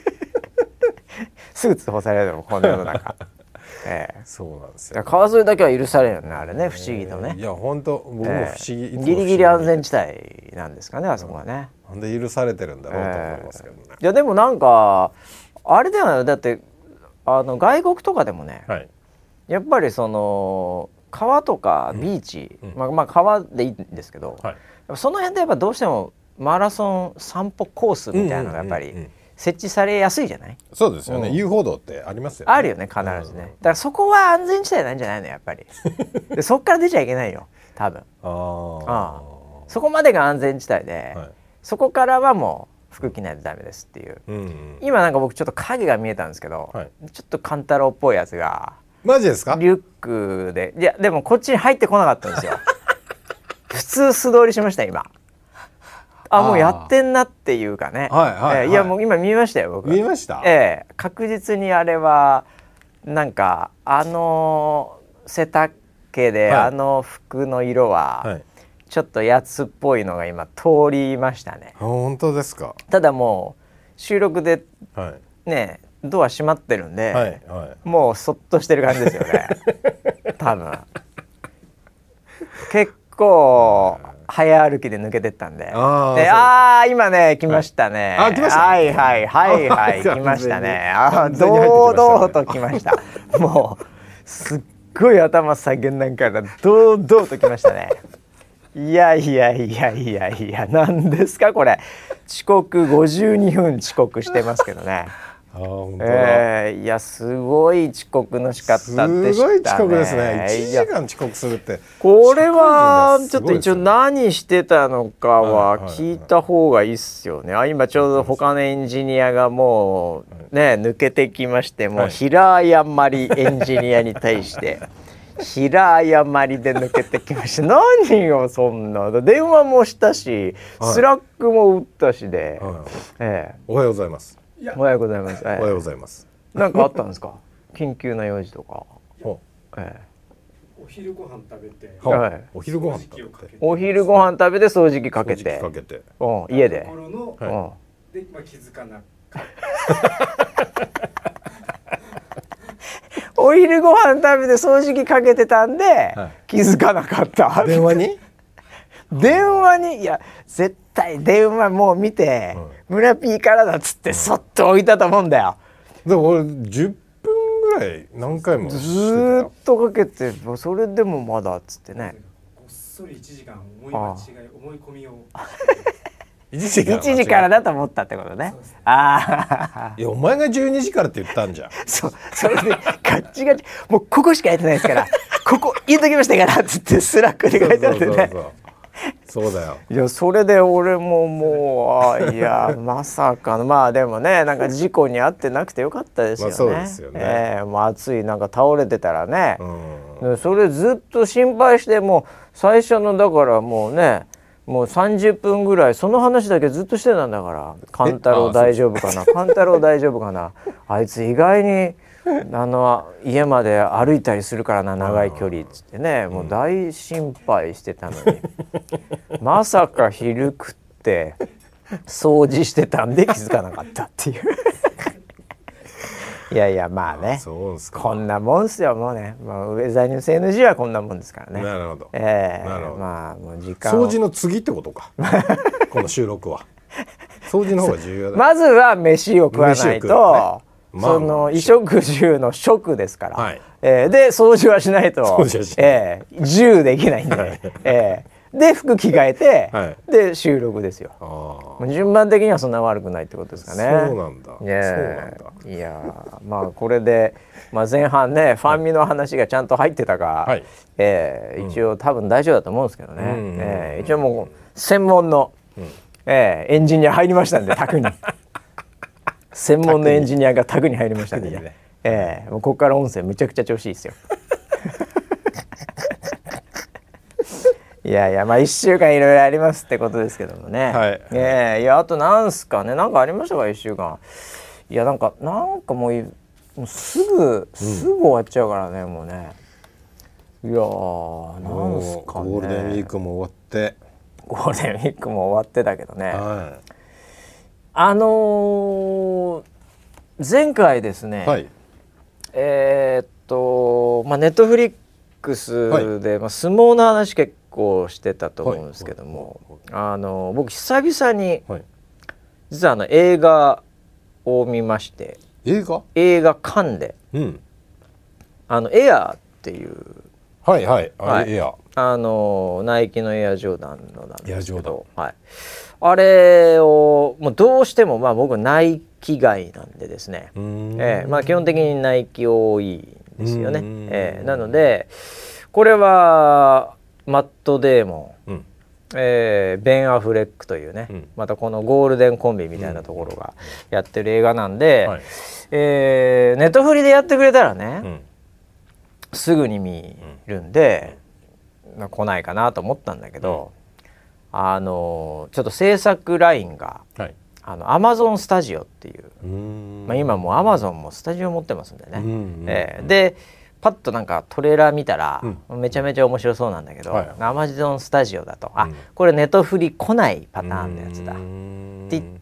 すぐ通報されるのこの世の中そうなんですよ、ね、 川沿いだけは許されるよねあれね、不思議とね。 いや本当僕も不思議、 ギリギリ安全地帯なんですかねあそこはね。 なんで許されてるんだろうと思いますけどね、 いやでもなんかあれだよね、だって外国とかでもね、はい、やっぱりその川とかビーチ、まあ川でいいんですけど、はい、その辺でやっぱどうしてもマラソン散歩コースみたいなのがやっぱり設置されやすいじゃない。 そうですよね、遊歩道ってありますよね。 あるよね必ずね、だからそこは安全地帯なんじゃないのやっぱりでそっから出ちゃいけないよ多分。そこまでが安全地帯で、はい、そこからはもう服着ないとダメですっていう、今なんか僕ちょっと影が見えたんですけど、はい、ちょっとカンタロウっぽいやつがマジですかリュックで、いやでもこっちに入ってこなかったんですよ普通素通りしました今。もうやってんなっていうかね、いやもう今見ましたよ僕。 見ました、 確実にあれはなんか背丈で、はい、服の色は、はい、ちょっとやつっぽいのが今通りましたね。 本当ですか。 ただもう収録で、はい、ねドア閉まってるんで、はいはい、もうそっとしてる感じですよね多分結構早歩きで抜けてったんで、今ね来ましたね、 はい、来ました、 はい来ましたね。堂々と来ましたもうすっごい頭下げなんから堂々と来ましたねいや何ですかこれ、遅刻52分遅刻してますけどね本当だ、 いやすごい遅刻の仕方でしたね。 すごい遅刻ですね。1時間遅刻するってこれはちょっと一応何してたのかは聞いた方がいいっすよね。今ちょうど他のエンジニアがもうね抜けてきまして、もう平謝りエンジニアに対して平謝りで抜けてきました。何よそんな、電話もしたし、スラックも打ったしで、 おはようございます。 おはようございます。 おはようございます。 なんかあったんですか？緊急な用事とか。 お昼ご飯食べて。 お昼ご飯食べて。 お昼ご飯食べて掃除機かけて。家で。 で気づかなかった。 お昼ご飯食べて掃除機かけてたんで、気づかなかった。 電話に？ いや絶対電話もう見て、村 P からだっつってそっと置いたと思うんだよ。 でも俺10分ぐらい何回もずっとかけて、それでもまだっつってね。 こっそり1時間思い込みを 1時からだと思ったってことね。 いやお前が12時からって言ったんじゃん。 それでガッチガチ、もうここしかやってないですからここ言っときましたからっつってスラックで書いてあってね。 そうだよ。 いやそれで俺ももういやまさかのまあでもねなんか事故に遭ってなくてよかったですよね。 そうですよね。 もう暑いなんか倒れてたらね、それずっと心配して、もう最初のだからもうねもう30分ぐらいその話だけずっとしてたんだから。カンタロウ大丈夫かな、カンタロウ大丈夫かな、あいつ意外に家まで歩いたりするからな長い距離っつってね、もう大心配してたのに、まさか昼食って掃除してたんで気づかなかったっていういやいやまあね、 そうですか。 こんなもんっすよもうね、ウェザーニュース NG はこんなもんですからね。 なるほど、 なるほど。まあもう時間掃除の次ってことかこの収録は掃除の方が重要だ。 まずは飯を食わないと、 ね、 その衣食住の食ですから、 はい、 で掃除はしないと住できないんで、で服着替えて、はい、で収録ですよ。順番的にはそんな悪くないってことですかね。 そうなんだ。そうなんだ。 いやまあこれで、前半ねファンミの話がちゃんと入ってたか、はい、一応多分大丈夫だと思うんですけどね、一応もう専門の、エンジニア入りましたんで卓に専門のエンジニアが卓に入りましたんでね、もうここから音声めちゃくちゃ調子いいですよいやいや1週間いろいろありますってことですけどもね、はい、いやあとなんすかね、なんかありましたか1週間。いやなんかもうすぐ終わっちゃうからね、もうね。いやなんすかね、 ゴールデンウィークも終わってゴールデンウィークも終わってたけどね、はい、前回ですね、はい、ネットフリックスで、はい、相撲の話結構してたと思うんですけども、僕久々に、はい、実は映画を見まして、映画館で、エアーっていう、 はいはい、 エアナイキのエアジョーダンのなんですけど、はい、あれをもうどうしても僕ナイキ街なんでですね、基本的にナイキ多いんですよね。なのでこれはマット・デーモン、ベン・アフレックというね、またこのゴールデンコンビみたいなところがやってる映画なんで、ネットフリでやってくれたらね、すぐに見るんで、来ないかなと思ったんだけど、ちょっと制作ラインが、Amazon スタジオっていう、今もう Amazon もスタジオ持ってますんでね、でパッとなんかトレーラー見たら、めちゃめちゃ面白そうなんだけど、Amazon スタジオだと、これネットフリ来ないパターンのやつだって言って、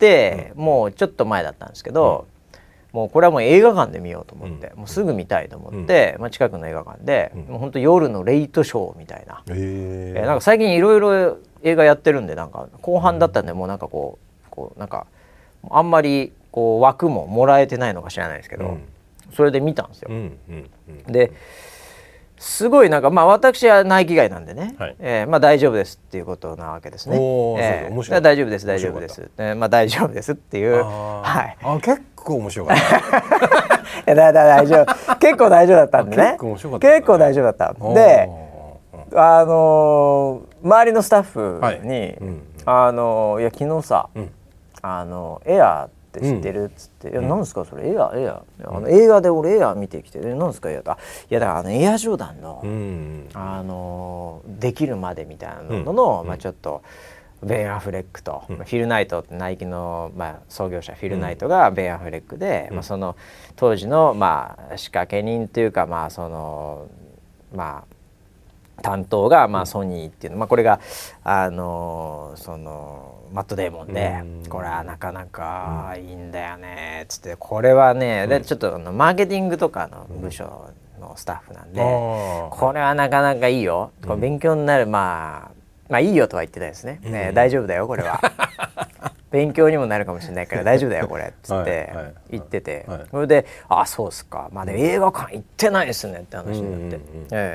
もうちょっと前だったんですけど、もうこれはもう映画館で見ようと思って、もうすぐ見たいと思って、近くの映画館で、もうほんと夜のレイトショーみたいな、なんか最近いろいろ映画やってるんで、なんか後半だったんで、もうなんかこうなんかあんまりこう枠ももらえてないのか知らないですけど、それで見たんですよ。ですごいなんか私はナイキ街なんでね、大丈夫ですっていうことなわけですね。大丈夫です大丈夫です、大丈夫ですっていう、 結構面白かった大丈夫結構大丈夫だったんでね、結構大丈夫だったんで、周りのスタッフに、いや昨日さ、エアーって知ってるっつって、なんですかそれ、エアー、映画で俺エアー見てきて、なんですかエアー、いやだからエアジョーダンの、できるまでみたいなのの、ちょっとベン・アフレックと、フィル・ナイトってナイキの、創業者フィル・ナイトがベン・アフレックで、その当時の、仕掛け人というか、担当が、ソニーっていうの、これがそのマット・デーモンで、これはなかなかいいんだよねっつって、これはね、でちょっとマーケティングとかの部署のスタッフなんで、これはなかなかいいよ、これ勉強になる、いいよとは言ってたですね、大丈夫だよこれは勉強にもなるかもしれないから大丈夫だよこれっつって言ってて、それでそうっすか、で映画館行ってないですねって話になって、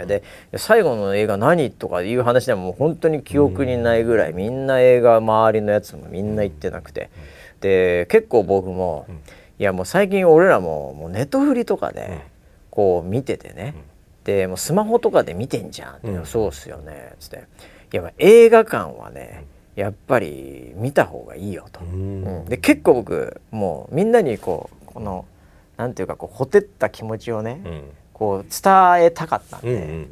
で最後の映画何とかいう話でももう本当に記憶にないぐらい、みんな映画周りのやつもみんな行ってなくて、で結構僕も、いやもう最近俺らもうネットフリとかでこう見ててね、でもうスマホとかで見てんじゃんって、そうっすよねっつって、いや映画館はねやっぱり見た方がいいよと、で結構僕もうみんなにこのなんていうかほてった気持ちをね、こう伝えたかったんで、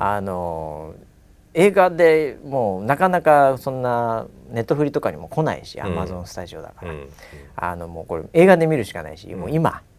映画でもうなかなかそんなネットフリとかにも来ないし、Amazon スタジオだから、もうこれ映画で見るしかないし、もう今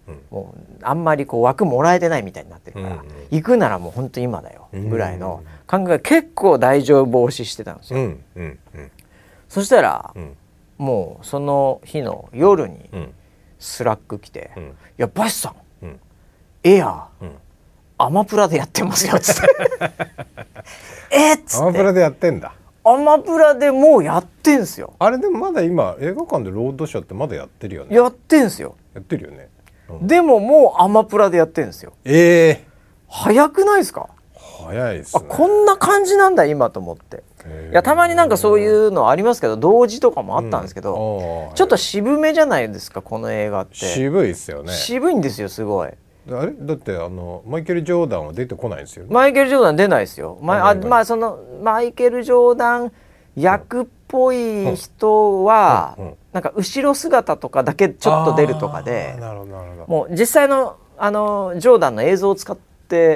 もうあんまりこう枠もらえてないみたいになってるから、行くならもう本当今だよぐらいの感覚が結構大丈夫防止してたんですよ。そしたら、もうその日の夜にスラック来て、いやバシさん、エアー、アマプラでやってますよっつってっつって、 アマプラでやってんだ。 アマプラでもうやってんすよ。 あれでもまだ今映画館でロードショーってまだやってるよね。 やってんすよ。 やってるよね、 でももうアマプラでやってんすよ。早くないですか？ 早いですね。 こんな感じなんだ今と思って。いやたまになんかそういうのありますけど、同時とかもあったんですけど、ちょっと渋めじゃないですかこの映画って。 渋いですよね。 渋いんですよすごい。 あれだってマイケル・ジョーダンは出てこないんですよね。 マイケル・ジョーダン出ないですよ。そのマイケル・ジョーダン役っぽい人はなんか後ろ姿とかだけちょっと出るとかで、もう実際のジョーダンの映像を使って、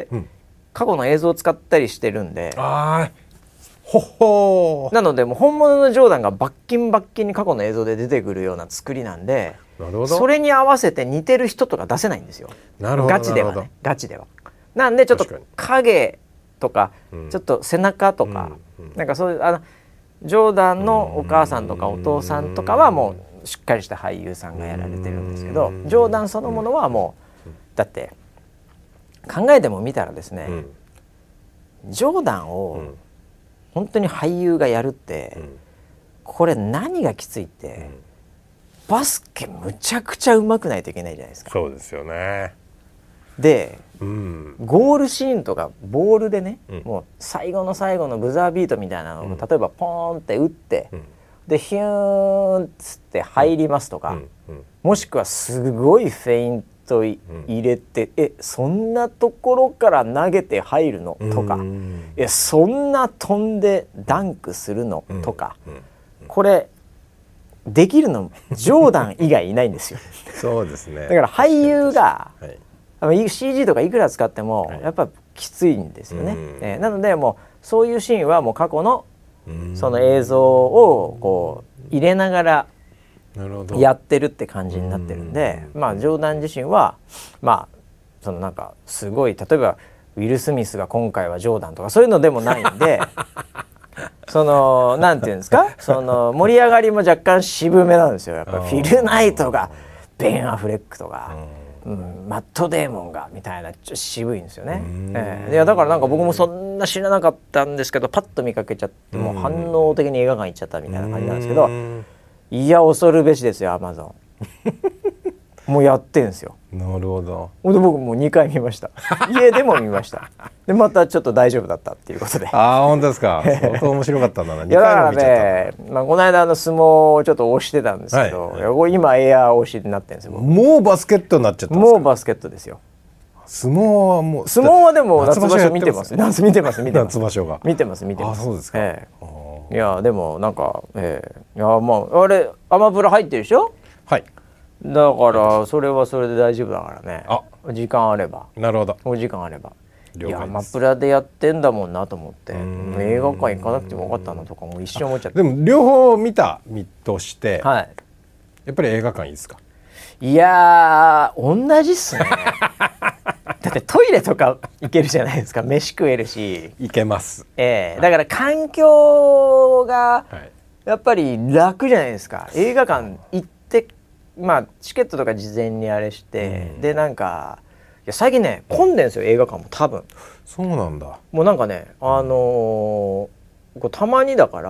過去の映像を使ったりしてるんで、 ほほなのでもう本物のジョーダンがバッキンバッキンに過去の映像で出てくるような作りなんで、それに合わせて似てる人とか出せないんですよ。ガチではね、ガチでは。なんでちょっと影とか、ちょっと背中とか、なんかそういうジョーダンのお母さんとかお父さんとかはもうしっかりした俳優さんがやられてるんですけど、ジョーダンそのものはもうだって考えてもみたらですね、ジョーダンを本当に俳優がやるって、これ何がきついって、バスケむちゃくちゃ上手くないといけないじゃないですか。 そうですよね。 で、ゴールシーンとかボールでね、もう最後の最後のブザービートみたいなのを、例えばポーンって打って、でヒューンっつって入りますとか、もしくはすごいフェイント入れて、そんなところから投げて入るのとか、そんな飛んでダンクするのとか、これできるのジョーダン以外いないんですよ。 そうですね。 だから俳優が、CG とかいくら使ってもやっぱきついんですよね。なのでもうそういうシーンはもう過去のその映像をこう入れながらやってるって感じになってるんで、ジョーダン自身はそのなんかすごい、例えばウィル・スミスが今回はジョーダンとかそういうのでもないんでそのなんていうんですか、その盛り上がりも若干渋めなんですよ。やっぱりフィル・ナイトがベン・アフレックとか、マット・デーモンがみたいなちょっと渋いんですよね。いやだからなんか僕もそんな知らなかったんですけど、パッと見かけちゃってもう反応的に映画館行っちゃったみたいな感じなんですけど、いや恐るべしですよアマゾンもうやってんすよ。 なるほど。 で僕もう2回見ました。家でも見ました。でまたちょっと大丈夫だったっていうことで。 本当ですか。相当面白かったんだな。 いやだからね、この間相撲をちょっと押してたんですけど、今エアー押しになってるんですよ。 もうバスケットになっちゃったんですか。 もうバスケットですよ。 相撲はもう相撲はでも夏場所見てます。夏見てます夏場所が見てます。 そうですか。 いやでもなんか、いやあれアマプラ入ってるでしょ。 はい。 だからそれはそれで大丈夫だからね。時間あれば。 なるほど。 お時間あれば。いやアマプラでやってんだもんなと思って、映画館行かなくてもよかったなとかも一瞬思っちゃって。 でも両方見た身として、やっぱり映画館いいですか。 いや同じっすね。だってトイレとか行けるじゃないですか。飯食えるし。 行けます。 だから環境がやっぱり楽じゃないですか。映画館行ってチケットとか事前にあれして、でなんかいや最近ね混んでんですよ映画館も多分。 そうなんだ。 もうなんかねこうたまにだから、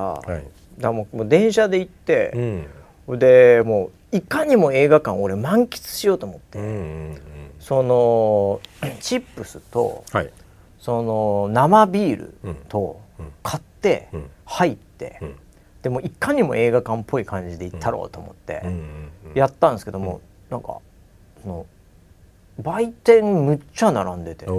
もう電車で行って、でもういかにも映画館俺満喫しようと思って、そのチップスと、その生ビールと買って入って、でもいかにも映画館っぽい感じで行ったろうと思ってやったんですけども、なんかその売店むっちゃ並んでて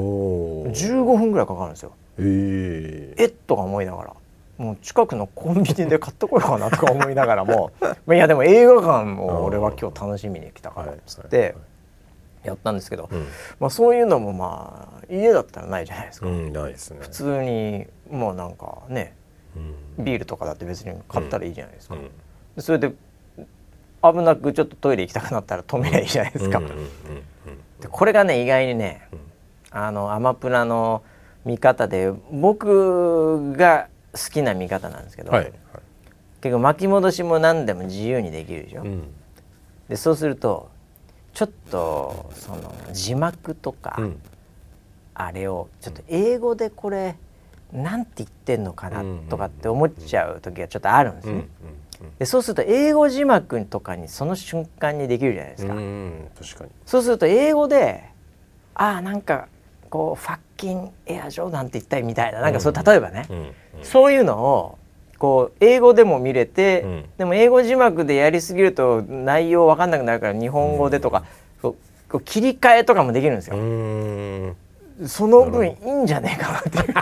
15分ぐらいかかるんですよ。とか思いながら、もう近くのコンビニで買ってこようかなとか思いながらもいやでも映画館を俺は今日楽しみに来たからっつってやったんですけど、そういうのも家だったらないじゃないですか。 ないですね。 普通にもうなんかね、ビールとかだって別に買ったらいいじゃないですか。それで危なくちょっとトイレ行きたくなったら止めりゃいいじゃないですか。でこれがね意外にね、アマプラの見方で僕が好きな見方なんですけど、はいはい、結構巻き戻しも何でも自由にできるでしょ、でそうするとちょっとその字幕とか、あれをちょっと英語でこれなんて言ってんのかなとかって思っちゃう時がちょっとあるんですね。でそうすると英語字幕とかにその瞬間にできるじゃないですか。 確かに。 そうすると英語でなんかこうファッキンエアジョーなんて言ったりみたいな、なんかそう例えばね、そういうのをこう英語でも見れて、でも英語字幕でやりすぎると内容分かんなくなるから日本語でとか、こう切り替えとかもできるんですよ。その分いいんじゃねえかなっていう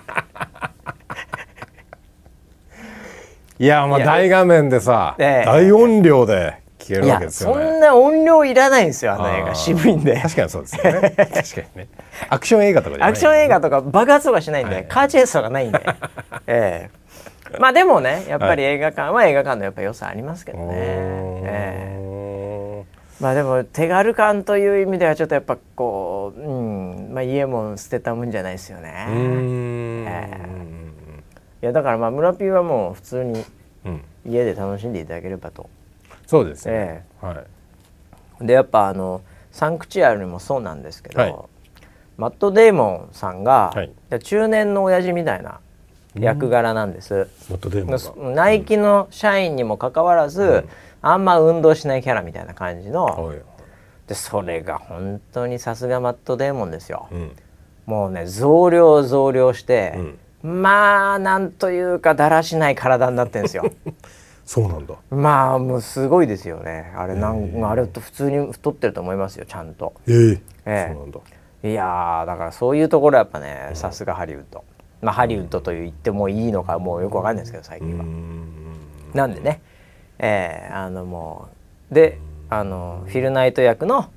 いや、まあ大画面でさ、大音量で聞けるわけですよね。 そんな音量いらないんですよ、映画渋いんで。 確かにそうですよね。確かにね。アクション映画とかじゃない、 アクション映画とか爆発とかしないんで、カーチェイスとかないんで。まあでもね、やっぱり映画館は映画館のやっぱ良さありますけどね。まあでも手軽感という意味ではちょっとやっぱこう、まあ家も捨てたもんじゃないですよね。いやだからまあ村 P はもう普通に家で楽しんでいただければと。 そうですね。 でやっぱサンクチュアリもそうなんですけど、マット・デイモンさんが、中年の親父みたいな役柄なんです。 マット・デイモンがナイキの社員にもかかわらず、あんま運動しないキャラみたいな感じの、でそれが本当にさすがマット・デイモンですよ。もうね増量して、まあなんというかだらしない体になってるんですよ。 そうなんだ。 まあもうすごいですよね。あれあれと普通に太ってると思いますよ、ちゃんと。 そうなんだ。 いやだからそういうところやっぱね、さすがハリウッド。まあハリウッドと言ってもいいのかもうよくわかんないですけど最近は。なんでね、もうでフィルナイト役の、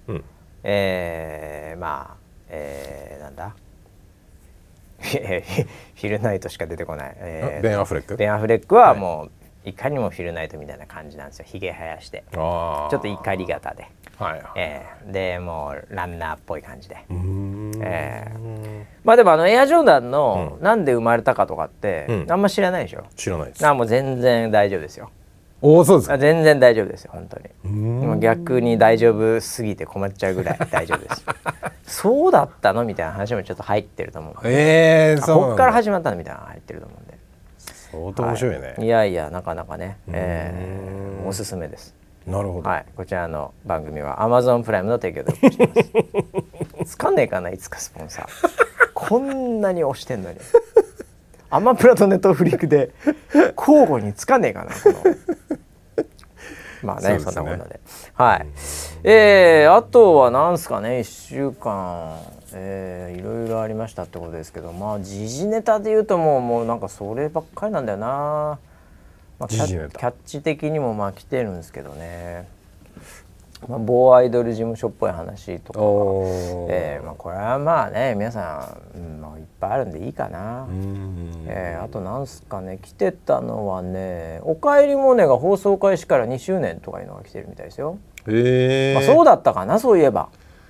まあなんだフィルナイトしか出てこない、 ベン・アフレック。 ベン・アフレックはもう、いかにもフィルナイトみたいな感じなんですよ。ひげ生やしてちょっと怒り型で、でもうランナーっぽい感じで、まあでもエアジョーダンの、なんで生まれたかとかって、あんま知らないでしょ。 知らないです。 もう全然大丈夫ですよ。 そうですか。 全然大丈夫ですよ本当に。もう逆に大丈夫すぎて困っちゃうぐらい大丈夫です。そうだったのみたいな話もちょっと入ってると思う。 そうこっから始まったのみたいなの入ってると思うんで。 相当面白いね。 いやいやなかなかね、おすすめです。 なるほど。 こちらの番組は Amazon プライムの提供でお送りします。つかねえかないつかスポンサー。こんなに押してんのに。アマプラとネットフリックで交互につかねえかなこの。まあね、そんなことで、あとはなんすかね、1週間、いろいろありましたってことですけど、まあ時事ネタで言うともうなんかそればっかりなんだよな。キャッチ的にもまあ来てるんですけどね。某アイドル事務所っぽい話とか、これはまあね皆さん、いっぱいあるんでいいかな。あとなんすかね、来てたのはね、おかえりモネが放送開始から2周年とかいうのが来てるみたいですよ。そうだったかな、そういえば。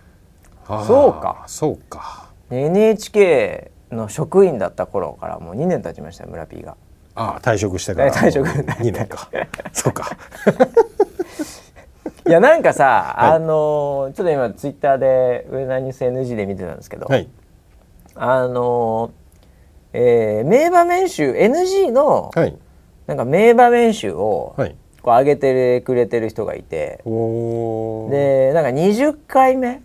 そうか NHK の職員だった頃からもう2年経ちましたよ、村 P が。 退職してから退職 2年か。そうか。 いやなんかさ、ちょっと今ツイッターでウェザーニュース NG で見てたんですけど、名場面集 NG の、なんか名場面集をこう上げてくれてる人がいて、でなんか20回目、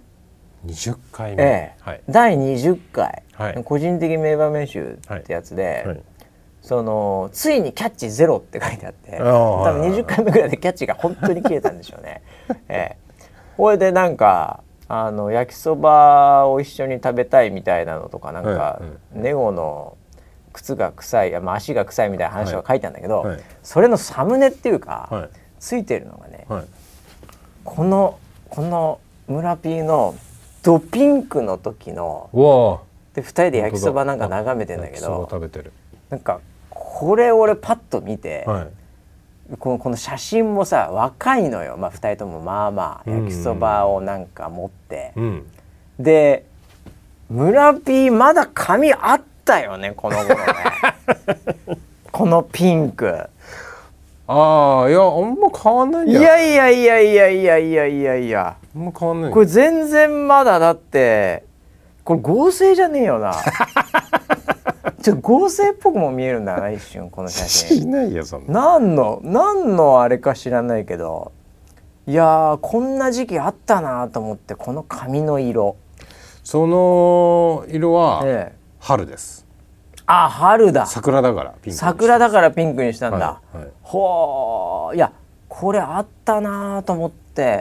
第20回、個人的名場面集ってやつで、ついにキャッチゼロって書いてあって、多分20回目ぐらいでキャッチが本当に切れたんでしょうね。これでなんか焼きそばを一緒に食べたいみたいなのとか、なんかネゴの靴が臭い、足が臭いみたいな話が書いてあるんだけど、それのサムネっていうか、ついてるのがね、この村 P のドピンクの時ので2人で焼きそばなんか眺めてんだけど、なんかこれ俺パッと見て、 この写真もさ若いのよ、まあ、2人ともまあまあ焼きそばをなんか持って、で村 P まだ髪あったよねこの頃ねこのピンク。 ああ、いやあんま変わんないんじゃない。 いやいやいやいやいやいやいやあんま変わんない。 これ全然まだだってこれ合成じゃねえよなちょっと合成っぽくも見えるんだな一瞬この写真。 しないよそんな。 何のあれか知らないけど、いやーこんな時期あったなと思って。この髪の色、 その色は春です。 あ、春だ。 桜だからピンク。 桜だからピンクにしたんだ、 はいはい、 ほー、いやこれあったなと思って。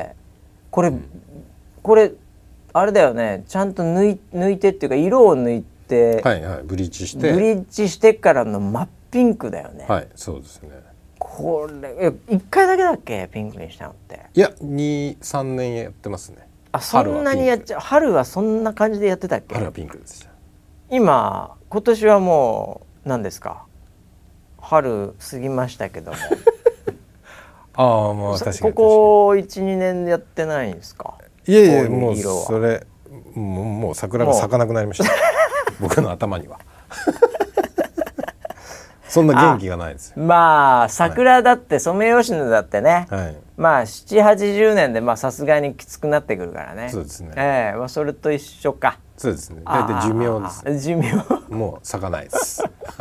これあれだよね、ちゃんと抜いてっていうか色を抜いて、 はいはい、ブリーチしてからの真っピンクだよね。 はい、そうですね。 これ1回だけだっけピンクにしたのって。 いや 2,3 年やってますね。 あ、そんなにやっちゃう。春はそんな感じでやってたっけ。 春はピンクです。 今年はもう何ですか、春過ぎましたけどもああ、まあ確かにここ 1,2 年でやってないんですか。 いやいや、もうそれもう桜が咲かなくなりました僕の頭にはそんな元気がないですよ。 まあ桜だって、ソメイヨシノだってね、 はい、まあ 7,80 年でさすがにきつくなってくるからね。 そうですね。 まあ、それと一緒か。 そうですね。大体寿命です。 寿命もう咲かないです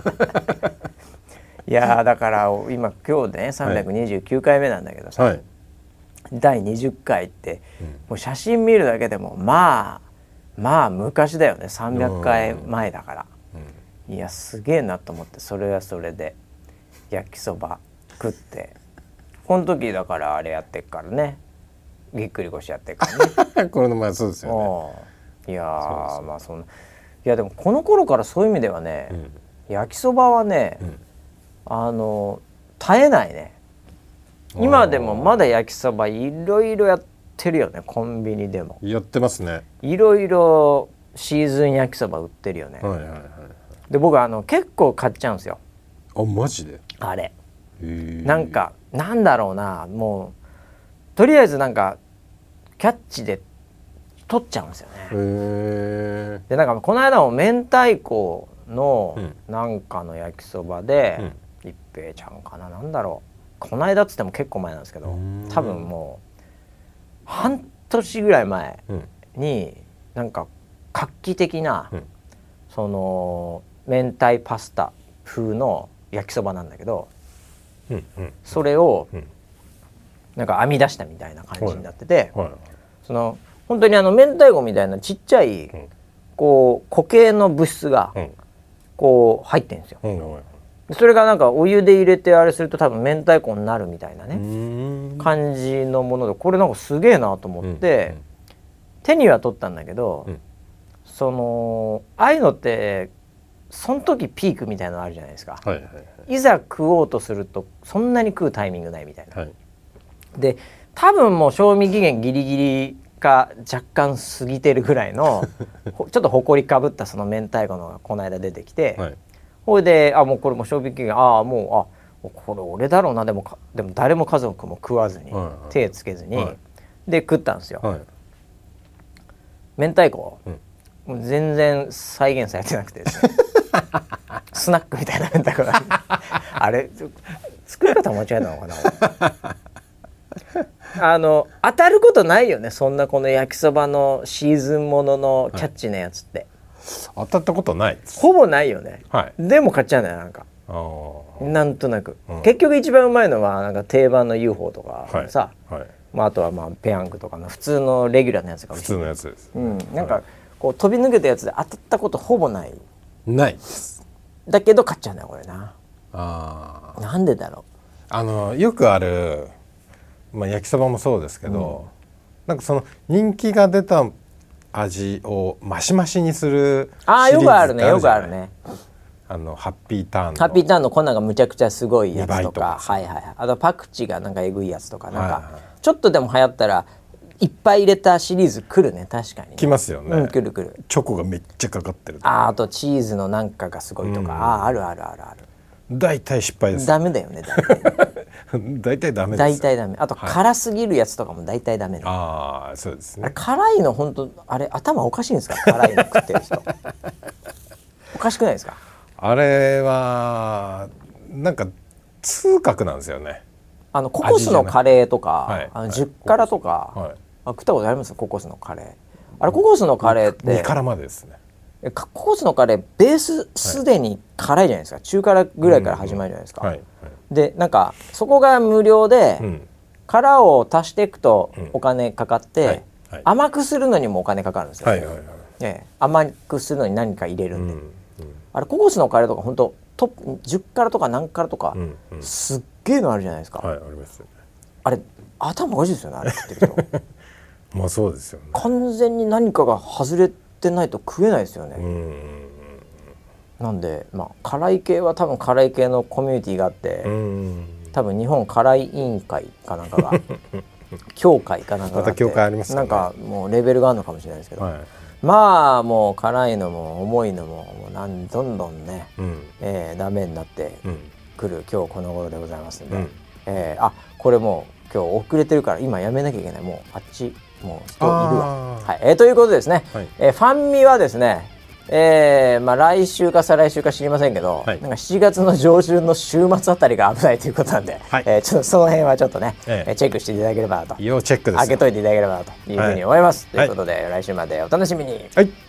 いやだから今日でね329回目なんだけどさ、はい、第20回って、もう写真見るだけでもまあ昔だよね。300回前だから、いやすげえなと思って。それはそれで焼きそば食ってこの時だからあれやってっからね、ぎっくり腰やってっからねこれの前そうですよね。いやまあそんな、いやでもこの頃からそういう意味ではね、焼きそばはね、絶えないね。今でもまだ焼きそばいろいろやってるよね。コンビニでもやってますね。 いろいろシーズン焼きそば売ってるよね。 はいはいはい。 で僕結構買っちゃうんですよ。 あ、マジで。 あれなんかなんだろうな、もうとりあえずなんかキャッチで取っちゃうんですよね。でなんかこの間も明太子のなんかの焼きそばで、一平ちゃんかな、なんだろう、この間っつっても結構前なんですけど、多分もう半年ぐらい前になんか画期的な、その明太パスタ風の焼きそばなんだけど、それをなんか編み出したみたいな感じになってて、その本当に明太子みたいなちっちゃいこう固形の物質がこう入ってるんですよ。それがなんかお湯で入れてあれすると多分明太子になるみたいなね感じのもので、これなんかすげえなと思って手には取ったんだけど、そのああいうのってその時ピークみたいなのあるじゃないですか。いざ食おうとするとそんなに食うタイミングないみたいな。で多分もう賞味期限ギリギリか若干過ぎてるぐらいのちょっとほこりかぶったその明太子のがこの間出てきて、ほいでもうこれも賞味期限もうこれ俺だろうな、でも誰も家族も食わずに、手つけずに、で食ったんですよ。明太子、もう全然再現されてなくてですねスナックみたいな明太子があれ作り方間違えたのかな当たることないよね、そんなこの焼きそばのシーズンもののキャッチなやつって、 当たったことないです。 ほぼないよね、でも買っちゃうんだよなんか。なんとなく、結局一番うまいのはなんか定番の UFO とかさ、あとはペヤングとかの普通のレギュラーのやつが普通のやつです、 なんかこう飛び抜けたやつで当たったことほぼないです。 だけど買っちゃうんだよこれな。なんでだろう。よくある、焼きそばもそうですけど、なんかその人気が出た味をマシマシにするシリーズってあるじゃない。よくあるね、よくあるね。ハッピーターンの粉がむちゃくちゃすごいやつとか、あとパクチーがなんかえぐいやつとか、なんかちょっとでも流行ったらいっぱい入れたシリーズ来るね。確かに来ますよね。 来る。 チョコがめっちゃかかってる。 あとチーズのなんかがすごいとか、ある。 大体失敗です。 ダメだよね大体ダメですよ。 大体ダメ。あと、辛すぎるやつとかも大体ダメね。 ああ、そうですね。 あれ辛いの本当あれ頭おかしいんですか？辛いの食ってる人おかしくないですか？ あれはなんか痛覚なんですよね。 ココスのカレーとか、10辛とか、 はい、 食ったことあります？ココスのカレー。あれココスのカレーって 2辛までですね。 ココスのカレーベースすでに辛いじゃないですか。中辛ぐらいから始まるじゃないですか。でなんかそこが無料で、辛を足していくとお金かかって、甘くするのにもお金かかるんですよ。甘くするのに何か入れるんで、あれココスのカレーとか本当トップ10辛とか何辛とか、すっげえのあるじゃないですか。 はい、ありますよね。あれ頭おかしいですよね、あれ食ってる人まあそうですよね。 完全に何かが外れてないと食えないですよね。なんで、辛い系は多分辛い系のコミュニティがあって、多分日本辛い委員会かなんかが協会かなんかがあって、 また協会ありますよね。 なんかもうレベルがあるのかもしれないですけど、まあもう辛いのも重いのもどんどんね、ダメになってくる今日この頃でございますんで、これもう今日遅れてるから今やめなきゃいけない。もうあっちもう人いるわ。ということでですね、ファンミはですね、来週か再来週か知りませんけど、なんか7月の上旬の週末あたりが危ないということなんで、ちょっとその辺はちょっとね、チェックしていただければなと、 要チェックです。 開けといていただければなというふうに思います。ということで来週までお楽しみに。 はい。